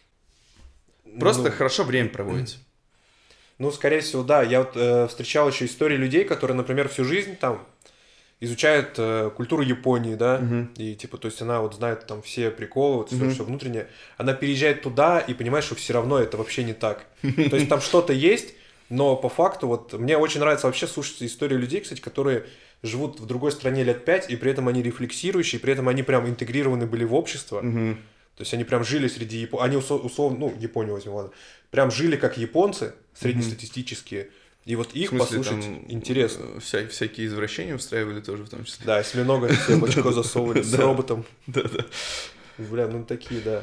Просто хорошо время проводите. Ну, скорее всего, да. Я вот встречал еще истории людей, которые, например, всю жизнь там изучают культуру Японии, да, и типа, то есть она вот знает там все приколы, вот все внутреннее. Она переезжает туда и понимает, что все равно это вообще не так. То есть там что-то есть, но по факту вот мне очень нравится вообще слушать истории людей, кстати, которые живут в другой стране лет 5, и при этом они рефлексирующие, и при этом они прям интегрированы были в общество. То есть они прям жили среди они условно, ну, Японию возьмем, ладно, прям жили как японцы, среднестатистические, и вот их послушать интересно. Всякие извращения устраивали тоже в том числе. Да, осьминога себе в очко засовывали с роботом. Да-да. Бля, ну такие, да.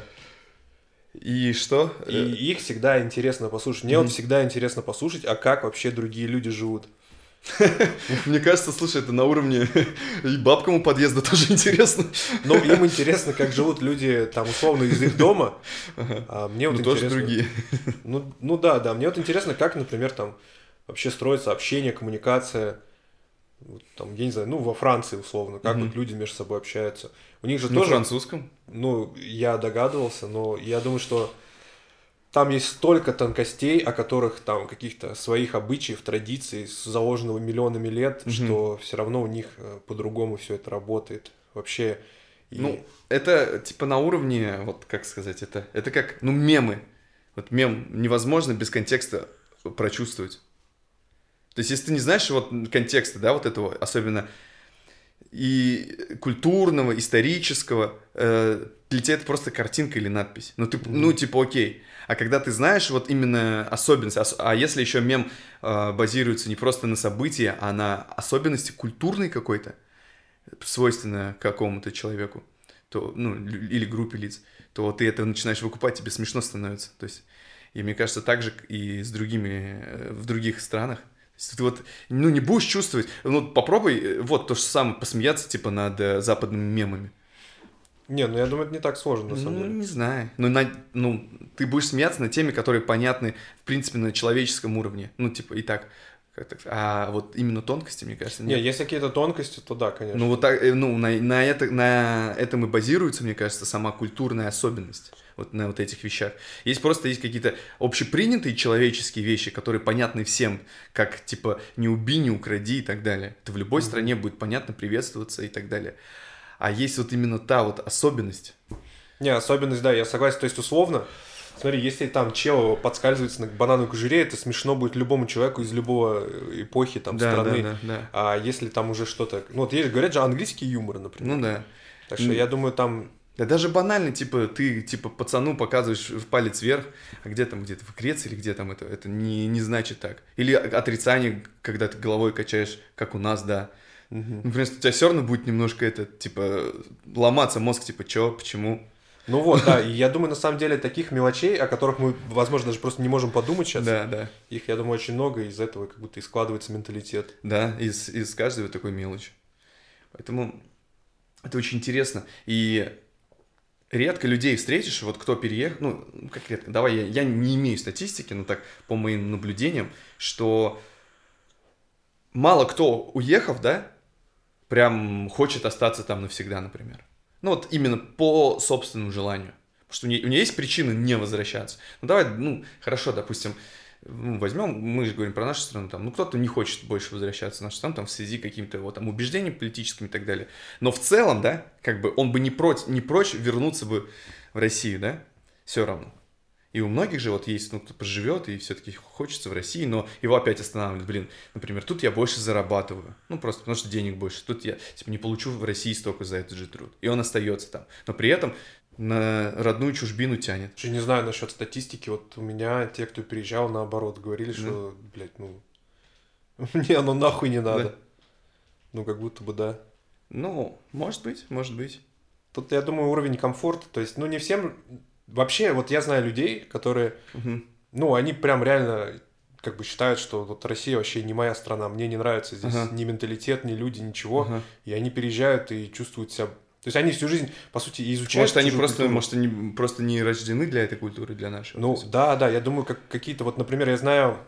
И что? И их всегда интересно послушать. Мне вот всегда интересно послушать, а как вообще другие люди живут. Мне кажется, слушай, это на уровне и бабкам у подъезда тоже интересно. Ну, им интересно, как живут люди, там, условно, из их дома. А мне вот тоже интересно... другие. Ну да, мне вот интересно, как, например, там вообще строится общение, коммуникация. Там, я не знаю, ну, во Франции, условно, как вот люди между собой общаются. У них же тоже... На французском? Ну, я догадывался, но я думаю, что там есть столько тонкостей, о которых там каких-то своих обычаев, традиций, заложенного миллионами лет, что все равно у них по-другому все это работает. Вообще. Ну, это типа на уровне, вот как сказать, это как, ну, мемы. Вот мем невозможно без контекста прочувствовать. То есть, если ты не знаешь вот контекста, да, вот этого, особенно и культурного, исторического, для тебя это просто картинка или надпись. Ну, ты, ну, типа, окей. А когда ты знаешь вот именно особенности, а если еще мем базируется не просто на событии, а на особенности культурной какой-то, свойственной какому-то человеку, то, ну, или группе лиц, то ты это начинаешь выкупать, тебе смешно становится. То есть, и мне кажется, так же и с другими, в других странах. Ты вот, ну, не будешь чувствовать, ну, попробуй вот то же самое, посмеяться, типа, над западными мемами. Не, ну, я думаю, это не так сложно, на самом деле. Не знаю. Ну, ты будешь смеяться над теми, которые понятны, в принципе, на человеческом уровне. Ну, типа, и так. А вот именно тонкости, мне кажется, нет. Не, если какие-то тонкости, то да, конечно. Ну, вот так, ну, на этом и базируется, мне кажется, сама культурная особенность. Вот на вот этих вещах. Есть какие-то общепринятые человеческие вещи, которые понятны всем, как, типа, не убей, не укради и так далее. Это в любой стране будет понятно приветствоваться и так далее. А есть вот именно та вот особенность. Не, особенность, да, я согласен. То есть, условно, смотри, если там чел подскальзывается на банановой кожуре, это смешно будет любому человеку из любого эпохи, там, страны. Да. А если там уже что-то... Ну, вот есть, говорят же, английский юмор, например. Ну, да. Так что я думаю, там... Да даже банально, типа, ты, типа, пацану показываешь в палец вверх, а где-то в Греции или где там это не значит так. Или отрицание, когда ты головой качаешь, как у нас, да. Например, у тебя все равно будет немножко типа, ломаться мозг, типа, чё, почему? Ну вот, да, и я думаю, на самом деле, таких мелочей, о которых мы, возможно, даже просто не можем подумать сейчас. Да. Их, я думаю, очень много, и из этого как будто и складывается менталитет. Да, из каждой такой мелочи. Поэтому это очень интересно. И редко людей встретишь, вот кто переехал, ну, как редко, давай, я не имею статистики, но так, по моим наблюдениям, что мало кто, уехав, да, прям хочет остаться там навсегда, например. Ну, вот именно по собственному желанию. Потому что у нее есть причины не возвращаться. Ну, давай, ну, хорошо, допустим, возьмем, мы же говорим про нашу страну, там, ну, кто-то не хочет больше возвращаться в нашу страну, там, в связи с какими-то вот там убеждениями политическими и так далее. Но в целом, да, как бы он бы не прочь вернуться бы в Россию, да, все равно. И у многих же вот есть, ну, кто поживет и все-таки хочется в России, но его опять останавливают. Блин, например, тут я больше зарабатываю. Ну, просто потому что денег больше. Тут я, типа, не получу в России столько за этот же труд. И он остается там. Но при этом на родную чужбину тянет. Я не знаю насчет статистики. Вот у меня те, кто переезжал, наоборот, говорили, что, блядь, ну, мне оно нахуй не надо. Да. Ну, как будто бы да. Ну, может быть, может быть. Тут, я думаю, уровень комфорта. То есть, ну, не всем... Вообще, вот я знаю людей, которые, ну, они прям реально как бы считают, что вот Россия вообще не моя страна, мне не нравится здесь ни менталитет, ни люди, ничего. И они переезжают и чувствуют себя... То есть они всю жизнь, по сути, изучают Может, они просто не рождены для этой культуры, для нашей. Ну, да, я думаю, как какие-то... Вот, например, я знаю,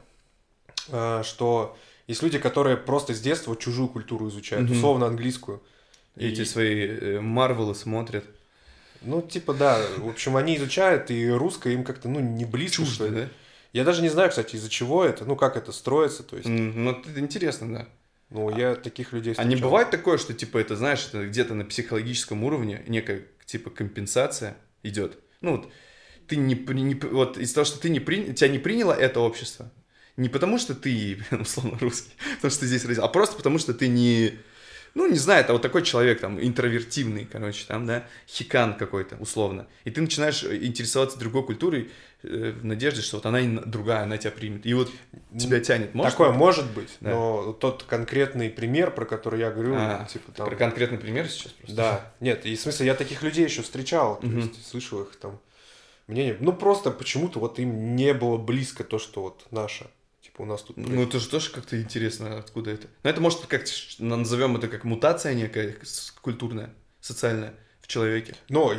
что есть люди, которые просто с детства чужую культуру изучают, условно английскую. Эти свои Марвелы смотрят. Ну, типа, да. В общем, они изучают, и русское им как-то, ну, не близко, чуждо, что ли. да? Я даже не знаю, кстати, из-за чего это, ну, как это строится, то есть... Ну, это интересно, да. Ну, я таких людей встречал. А не бывает такое, что, типа, это, знаешь, это где-то на психологическом уровне некая, типа, компенсация идет? Ну, вот, ты вот из-за того, что тебя не приняло это общество, не потому, что ты, условно, русский, потому что ты здесь родился, а просто потому, что ты не... Ну, не знаю, это вот такой человек, там, интровертивный, короче, там, да, хикан какой-то, условно. И ты начинаешь интересоваться другой культурой в надежде, что вот она другая, она тебя примет. И вот тебя тянет. Такое может быть, да. Но тот конкретный пример, про который я говорю, типа там... Про конкретный пример сейчас просто? Да, нет, и в смысле, я таких людей еще встречал, то есть слышал их там мнение. Ну, просто почему-то вот им не было близко то, что вот наше. У нас тут... Ну, это же тоже как-то интересно, откуда это. Но это может как назовем это как мутация некая культурная, социальная в человеке. Ну,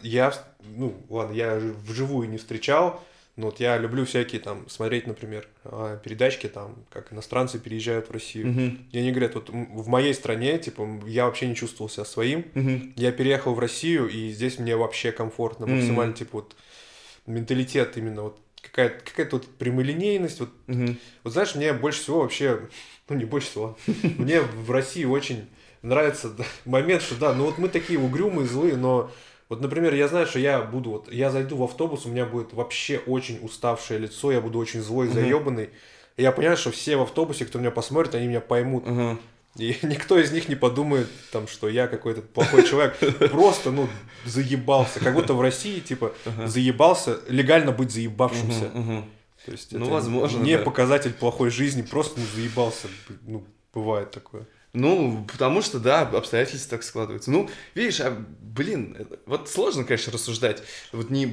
ну, ладно, я вживую не встречал, но вот я люблю всякие там смотреть, например, передачки там, как иностранцы переезжают в Россию. И они говорят, вот в моей стране, типа, я вообще не чувствовал себя своим. Я переехал в Россию, и здесь мне вообще комфортно, максимально, типа, вот менталитет именно вот какая-то вот прямолинейность. Вот, вот знаешь, мне больше всего вообще, ну не больше всего, мне в России очень нравится момент, что да, ну вот мы такие угрюмые, злые, но вот, например, я знаю, что я зайду в автобус, у меня будет вообще очень уставшее лицо, я буду очень злой, заебанный. И я понимаю, что все в автобусе, кто меня посмотрит, они меня поймут. И никто из них не подумает, там, что я какой-то плохой человек. Просто, ну, заебался. Как будто в России, типа, заебался, легально быть заебавшимся. То есть ну, это возможно, не да. показатель плохой жизни, просто заебался. Ну, бывает такое. Ну, потому что, да, обстоятельства так складываются. Ну, видишь, блин, вот сложно, конечно, рассуждать, вот не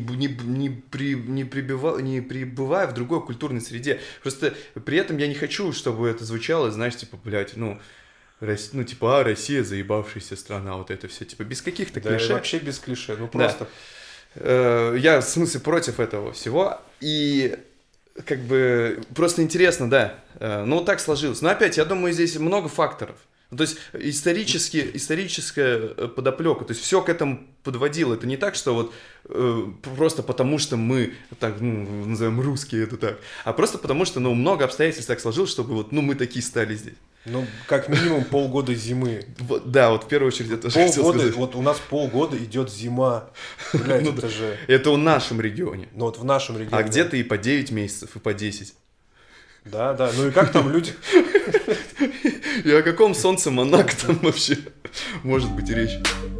пребывая в другой культурной среде. Просто при этом я не хочу, чтобы это звучало, знаешь, типа, блядь, типа, Россия заебавшаяся страна, вот это все, типа, без каких-то клише. Да, вообще без клише, ну просто. Да. Я, в смысле, против этого всего, и как бы просто интересно, да, ну, вот так сложилось. Но опять, я думаю, здесь много факторов. То есть историческая подоплека, то есть все к этому подводило. Это не так, что вот просто потому, что мы так, ну, назовем русские это так, а просто потому, что, ну, много обстоятельств так сложилось, чтобы вот, ну, мы такие стали здесь. Ну, как минимум полгода зимы. Да, вот в первую очередь я тоже хотел сказать. Вот у нас полгода идет зима. Блядь, это же... Это в нашем регионе. Ну, вот в нашем регионе. А где-то и по 9 месяцев, и по 10. Да, ну и как там люди... И о каком солнце Монако там вообще может быть речь?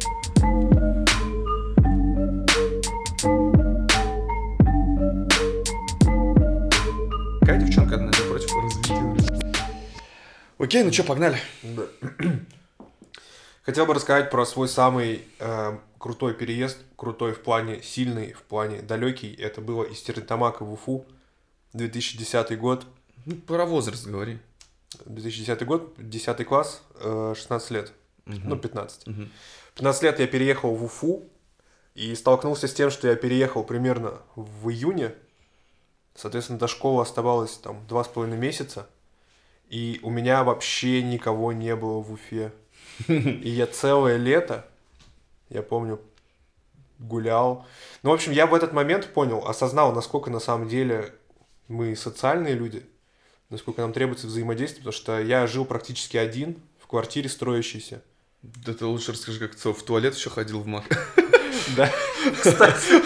Какая девчонка одна напротив развития? Окей, ну что, погнали. Да. Хотел бы рассказать про свой самый крутой переезд. Крутой в плане сильный, в плане далекий. Это было из Стерлитамака в Уфу. 2010 год. Ну, про возраст говори. 2010 год, 10 класс, 16 лет. Ну, 15. 15 лет я переехал в Уфу и столкнулся с тем, что я переехал примерно в июне. Соответственно, до школы оставалось там 2,5 месяца. И у меня вообще никого не было в Уфе. И я целое лето, я помню, гулял. Ну, в общем, я в этот момент понял, осознал, насколько на самом деле мы социальные люди, насколько нам требуется взаимодействие, потому что я жил практически один в квартире строящейся. Да ты лучше расскажи, как ты в туалет еще ходил в МАК. Да, кстати.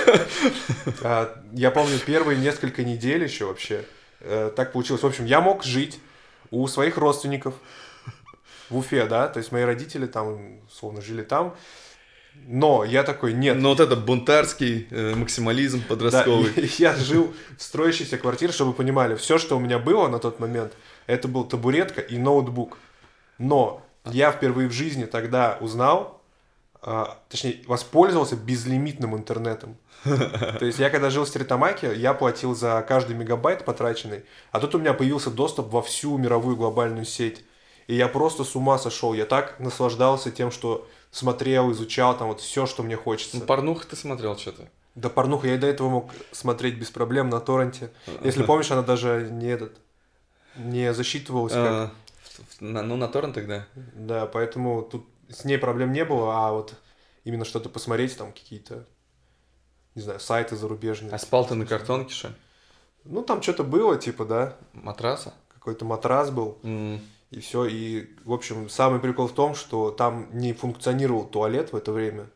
Я помню первые несколько недель еще вообще. Так получилось. В общем, я мог жить у своих родственников в Уфе, да, то есть мои родители там, условно, жили там. Но я такой, нет. Но вот это бунтарский максимализм подростковый. Да, я жил в строящейся квартире, чтобы вы понимали, все, что у меня было на тот момент, это был табуретка и ноутбук. Но я впервые в жизни тогда узнал, точнее, воспользовался безлимитным интернетом. То есть я когда жил в Стерлитамаке, я платил за каждый мегабайт потраченный, а тут у меня появился доступ во всю мировую глобальную сеть. И я просто с ума сошел. Я так наслаждался тем, что смотрел, изучал там вот все, что мне хочется. Ну, порнуху ты смотрел что-то? Да порнуху я и до этого мог смотреть без проблем на торренте. Если помнишь, она даже не засчитывалась как... Ну, на торрентах, да. Да, поэтому тут с ней проблем не было, а вот именно что-то посмотреть, там какие-то, не знаю, сайты зарубежные. А спал ты на картонке, что? Ну, там что-то было, типа, да. Матраса? Какой-то матрас был. И все. И, в общем, самый прикол в том, что там не функционировал туалет в это время.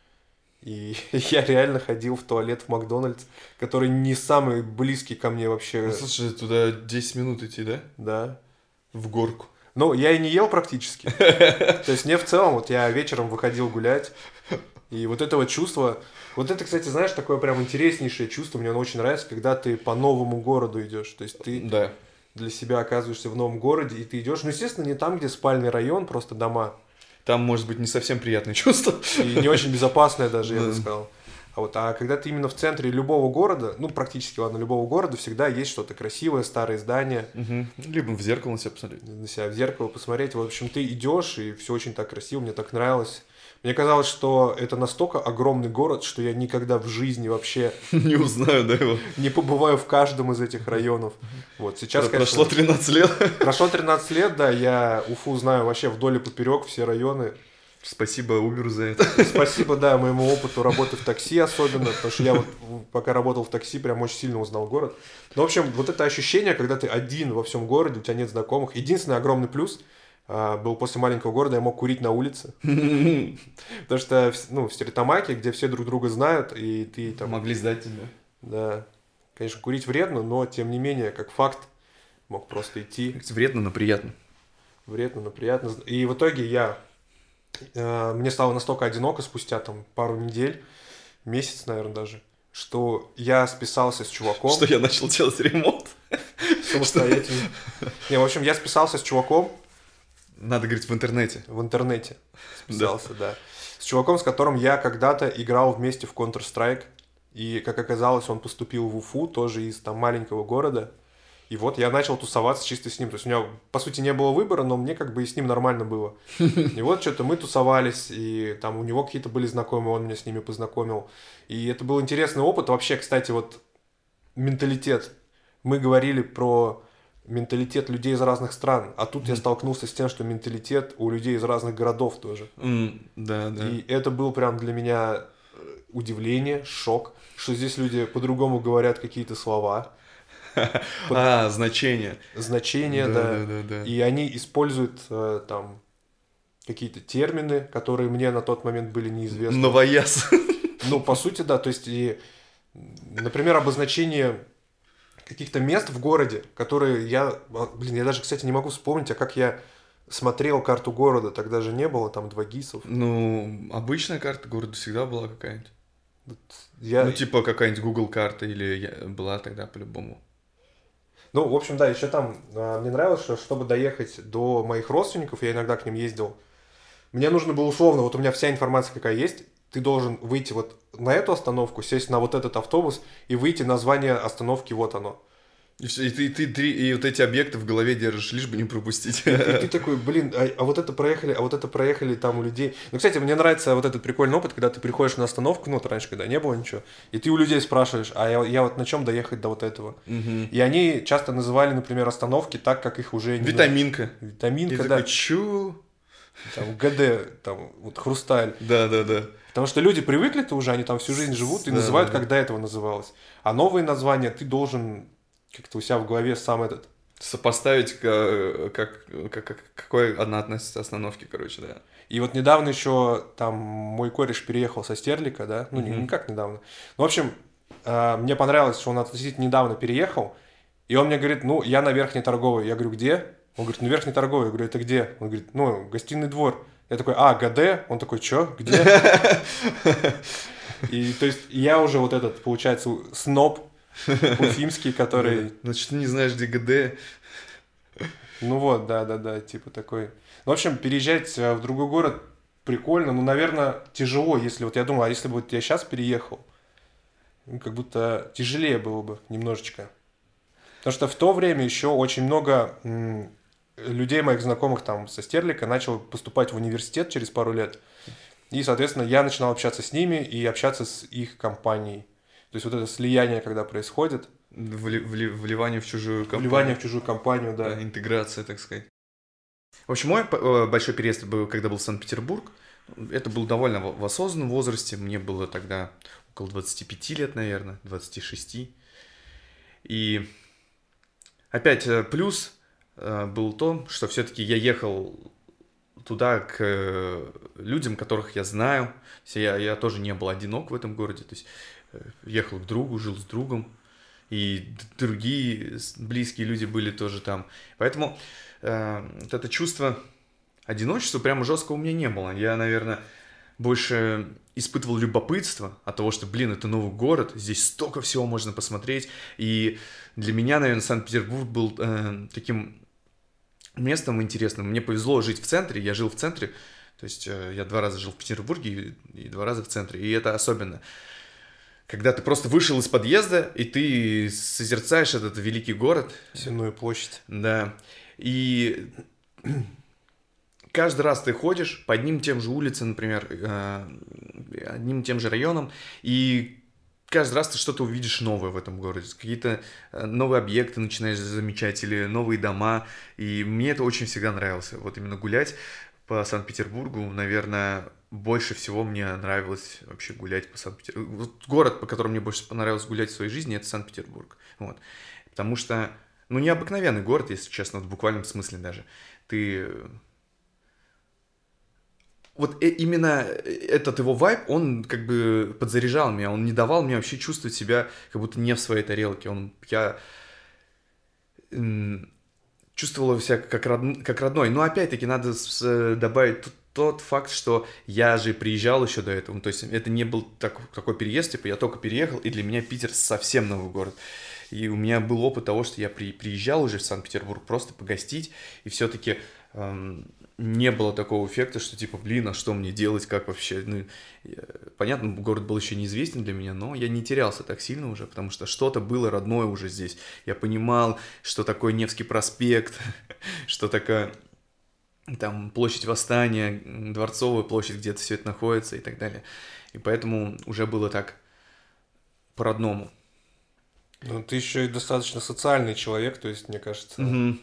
И я реально ходил в туалет в Макдональдс, который не самый близкий ко мне вообще. Ну, слушай, туда 10 минут идти, да? Да. В горку. Ну, я и не ел практически. То есть мне в целом, вот я вечером выходил гулять, и вот это вот чувство... Вот это, кстати, знаешь, такое прям интереснейшее чувство, мне оно очень нравится, когда ты по новому городу идешь. То есть ты для себя оказываешься в новом городе, и ты идешь, ну, естественно, не там, где спальный район, просто дома. Там, может быть, не совсем приятное чувство. И не очень безопасное даже, я бы сказал. А когда ты именно в центре любого города, ну, практически, ладно, любого города, всегда есть что-то красивое, старые здания. Либо в зеркало на себя посмотреть. На себя в зеркало посмотреть. В общем, ты идешь, и все очень так красиво, мне так нравилось. Мне казалось, что это настолько огромный город, что я никогда в жизни вообще... Не узнаю, да, его? Не побываю в каждом из этих районов. Вот сейчас, прошло 13 лет. Прошло 13 лет, да, я Уфу знаю вообще вдоль и поперек, все районы. Спасибо Uber за это. Спасибо, да, моему опыту работы в такси особенно, потому что я вот пока работал в такси, прям очень сильно узнал город. Ну, в общем, вот это ощущение, когда ты один во всем городе, у тебя нет знакомых. Единственный огромный плюс был после маленького города, я мог курить на улице. Потому что, ну, в Стерлитамаке, где все друг друга знают, и ты там... Могли сдать тебя. Да. Конечно, курить вредно, но, тем не менее, как факт, мог просто идти. Вредно, но приятно. Вредно, но приятно. И в итоге мне стало настолько одиноко спустя там пару недель, месяц, наверное, даже, что я списался с чуваком. Что я начал делать ремонт. Самостоятельно. Не, в общем, я списался с чуваком. Надо говорить в интернете. В интернете списался, да. С чуваком, с которым я когда-то играл вместе в Counter-Strike. И, как оказалось, он поступил в Уфу, тоже из там маленького города. И вот я начал тусоваться чисто с ним. То есть у меня, по сути, не было выбора, но мне как бы и с ним нормально было. И вот что-то мы тусовались, и там у него какие-то были знакомые, он меня с ними познакомил. И это был интересный опыт. Вообще, кстати, вот менталитет. Мы говорили про менталитет людей из разных стран, а тут я столкнулся с тем, что менталитет у людей из разных городов тоже. Да. И это был прям для меня удивление, шок, что здесь люди по-другому говорят какие-то слова. Значения. Значения, да. И они используют там какие-то термины, которые мне на тот момент были неизвестны. Новояз. Ну, по сути, да. То есть, например, обозначение каких-то мест в городе, которые я даже, кстати, не могу вспомнить, а как я смотрел карту города, тогда же не было там 2 ГИСов. Ну, обычная карта города всегда была какая-нибудь. Ну, типа какая-нибудь Google карта или была тогда по-любому. Ну, в общем, да, еще там мне нравилось, что чтобы доехать до моих родственников, я иногда к ним ездил, мне нужно было условно, вот у меня вся информация какая есть, ты должен выйти вот на эту остановку, сесть на вот этот автобус и выйти название остановки, вот оно. И ты вот эти объекты в голове держишь, лишь бы не пропустить. И ты такой, блин, а вот это проехали там у людей. Ну, кстати, мне нравится вот этот прикольный опыт, когда ты приходишь на остановку, ну, вот раньше, когда не было ничего, и ты у людей спрашиваешь, а я вот на чем доехать до вот этого? И они часто называли, например, остановки так, как их уже... Витаминка. Витаминка, да. Да. Такой, чё? Там ГД, там вот Хрусталь. Да. Потому что люди привыкли-то уже, они там всю жизнь живут и называют, как до этого называлось. А новые названия ты должен как-то у себя в голове сам сопоставить, какой она относится к остановке, короче, да. И вот недавно еще там мой кореш переехал со Стерлика, да, ну, никак недавно. Ну, в общем, мне понравилось, что он относительно недавно переехал, и он мне говорит, ну, я на Верхней Торговой. Я говорю, где? Он говорит, ну, Верхней Торговой. Я говорю, это где? Он говорит, ну, Гостиный двор. Я такой, ГД? Он такой, чё? Где? И то есть я уже вот этот, получается, сноб уфимский, который... Значит, ты не знаешь, где ГД. Ну вот, да, типа такой. Ну, в общем, переезжать в другой город прикольно, но, наверное, тяжело, если вот я думаю, а если бы вот я сейчас переехал, как будто тяжелее было бы немножечко. Потому что в то время еще очень много людей, моих знакомых там со Стерлика, начало поступать в университет через пару лет. И, соответственно, я начинал общаться с ними и общаться с их компанией. То есть вот это слияние, когда происходит. Вливание в чужую компанию. Вливание в чужую компанию, да. Интеграция, так сказать. В общем, мой большой переезд был, когда был в Санкт-Петербург. Это был довольно в осознанном возрасте. Мне было тогда около 25 лет, наверное, 26. И опять плюс был то, что все-таки я ехал туда к людям, которых я знаю. Я тоже не был одинок в этом городе. То есть ехал к другу, жил с другом. И другие близкие люди были тоже там. Поэтому вот это чувство одиночества прямо жесткого у меня не было. Я, наверное, больше испытывал любопытство от того, что, это новый город, здесь столько всего можно посмотреть. И для меня, наверное, Санкт-Петербург был таким местом интересным. Мне повезло жить в центре, я жил в центре. То есть я 2 раза жил в Петербурге и 2 раза в центре. И это особенно. Когда ты просто вышел из подъезда, и ты созерцаешь этот великий город. Сенную площадь. Да. И каждый раз ты ходишь по одним и тем же улицам, например, одним и тем же районам, и каждый раз ты что-то увидишь новое в этом городе. Какие-то новые объекты начинаешь замечать или новые дома. И мне это очень всегда нравилось. Вот именно гулять по Санкт-Петербургу, наверное, больше всего мне нравилось вообще гулять по Санкт-Петербургу. Вот город, по которому мне больше понравилось гулять в своей жизни, это Санкт-Петербург. Вот. Потому что, необыкновенный город, если честно, в буквальном смысле даже. Вот именно этот его вайб, он как бы подзаряжал меня, он не давал мне вообще чувствовать себя как будто не в своей тарелке. Я чувствовал себя как родной. Но опять-таки надо добавить тот факт, что я же приезжал еще до этого. То есть это не был такой переезд, я только переехал, и для меня Питер совсем новый город. И у меня был опыт того, что я приезжал уже в Санкт-Петербург просто погостить, и все-таки не было такого эффекта, что типа, а что мне делать, как вообще? Понятно, город был еще неизвестен для меня, но я не терялся так сильно уже, потому что что-то было родное уже здесь. Я понимал, что такое Невский проспект, что такое там площадь Восстания, Дворцовая площадь, где-то все это находится и так далее. И поэтому уже было так по-родному. Ты еще и достаточно социальный человек, то есть, мне кажется...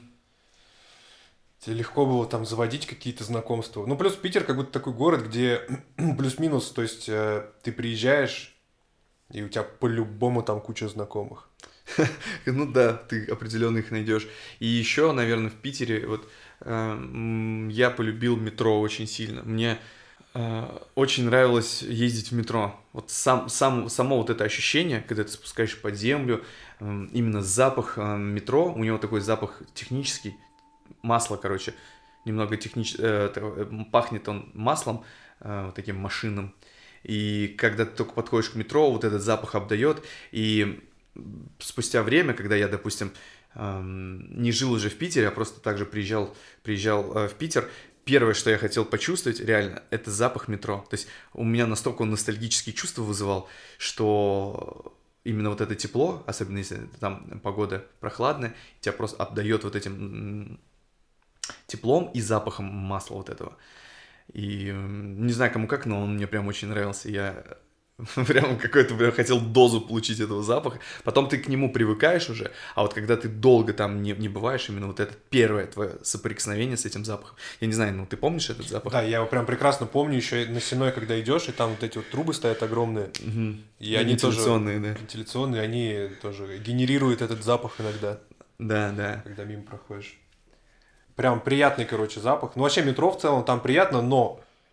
Тебе легко было там заводить какие-то знакомства. Плюс Питер как будто такой город, где плюс-минус, то есть ты приезжаешь, и у тебя по-любому там куча знакомых. Да, ты определенно их найдешь. И еще, наверное, в Питере я полюбил метро очень сильно. Мне очень нравилось ездить в метро. Вот само вот это ощущение, когда ты спускаешься под землю, именно запах метро, у него такой запах технический, масло, немного пахнет он маслом, вот таким машинным. И когда ты только подходишь к метро, вот этот запах обдает. И спустя время, когда я, допустим, не жил уже в Питере, а просто также приезжал в Питер, первое, что я хотел почувствовать, реально, это запах метро. То есть у меня настолько он ностальгические чувства вызывал, что именно вот это тепло, особенно если там погода прохладная, тебя просто обдает вот этим теплом и запахом масла вот этого. И не знаю, кому как, но он мне прям очень нравился. Я прям хотел дозу получить этого запаха. Потом ты к нему привыкаешь уже, а вот когда ты долго там не бываешь, именно вот это первое твое соприкосновение с этим запахом. Я не знаю, ты помнишь этот запах? Да, я его прям прекрасно помню, еще на Сенной, когда идешь, и там вот эти вот трубы стоят огромные. И они тоже... Вентиляционные, они тоже генерируют этот запах иногда. Да. Когда мимо проходишь. Прям приятный, запах. Вообще метро в целом там приятно, но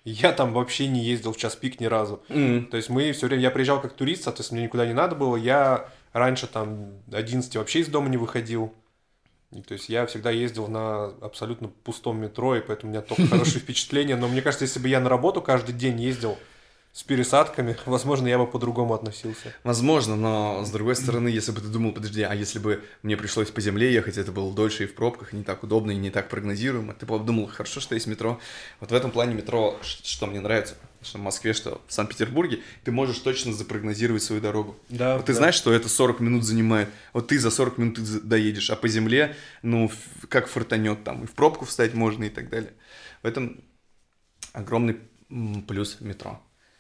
Я там вообще не ездил в час пик ни разу. То есть мы все время... Я приезжал как турист, соответственно, мне никуда не надо было. Я раньше там 11 вообще из дома не выходил. То есть я всегда ездил на абсолютно пустом метро, и поэтому у меня только хорошие впечатления. Но мне кажется, если бы я на работу каждый день ездил с пересадками, возможно, я бы по-другому относился. Возможно, но с другой стороны, если бы ты думал, подожди, а если бы мне пришлось по земле ехать, это было дольше и в пробках, и не так удобно, и не так прогнозируемо, ты бы подумал, хорошо, что есть метро. Вот в этом плане метро, что мне нравится, что в Москве, что в Санкт-Петербурге, ты можешь точно запрогнозировать свою дорогу. Да, вот ты знаешь, что это 40 минут занимает, вот ты за 40 минут доедешь, а по земле, ну, как фортанет там, и в пробку встать можно и так далее. В этом огромный плюс метро.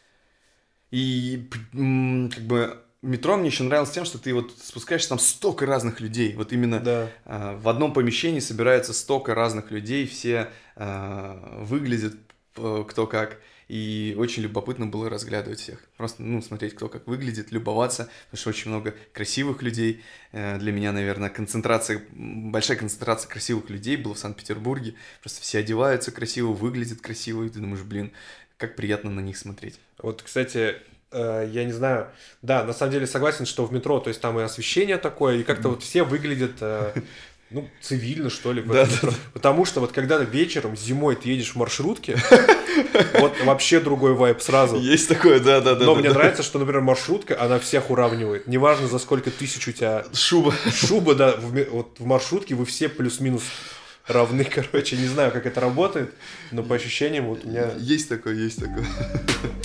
И как бы метро мне еще нравилось тем, что ты вот спускаешься, там столько разных людей. Вот именно в одном помещении собирается столько разных людей, все выглядят кто как. И очень любопытно было разглядывать всех. Просто, смотреть, кто как выглядит, любоваться, потому что очень много красивых людей. Для меня, наверное, большая концентрация красивых людей была в Санкт-Петербурге. Просто все одеваются красиво, выглядят красиво, и ты думаешь, блин, как приятно на них смотреть. Вот, кстати, я не знаю, да, на самом деле согласен, что в метро, то есть там и освещение такое, и как-то вот все выглядят, цивильно, что ли. Да. Потому что вот когда вечером, зимой ты едешь в маршрутке, вот вообще другой вайб сразу. Есть такое, да. Но мне нравится, что, например, маршрутка, она всех уравнивает. Неважно, за сколько тысяч у тебя... Шуба, да. Вот в маршрутке вы все плюс-минус равны, короче. Не знаю, как это работает, но по ощущениям вот у меня... Есть такое.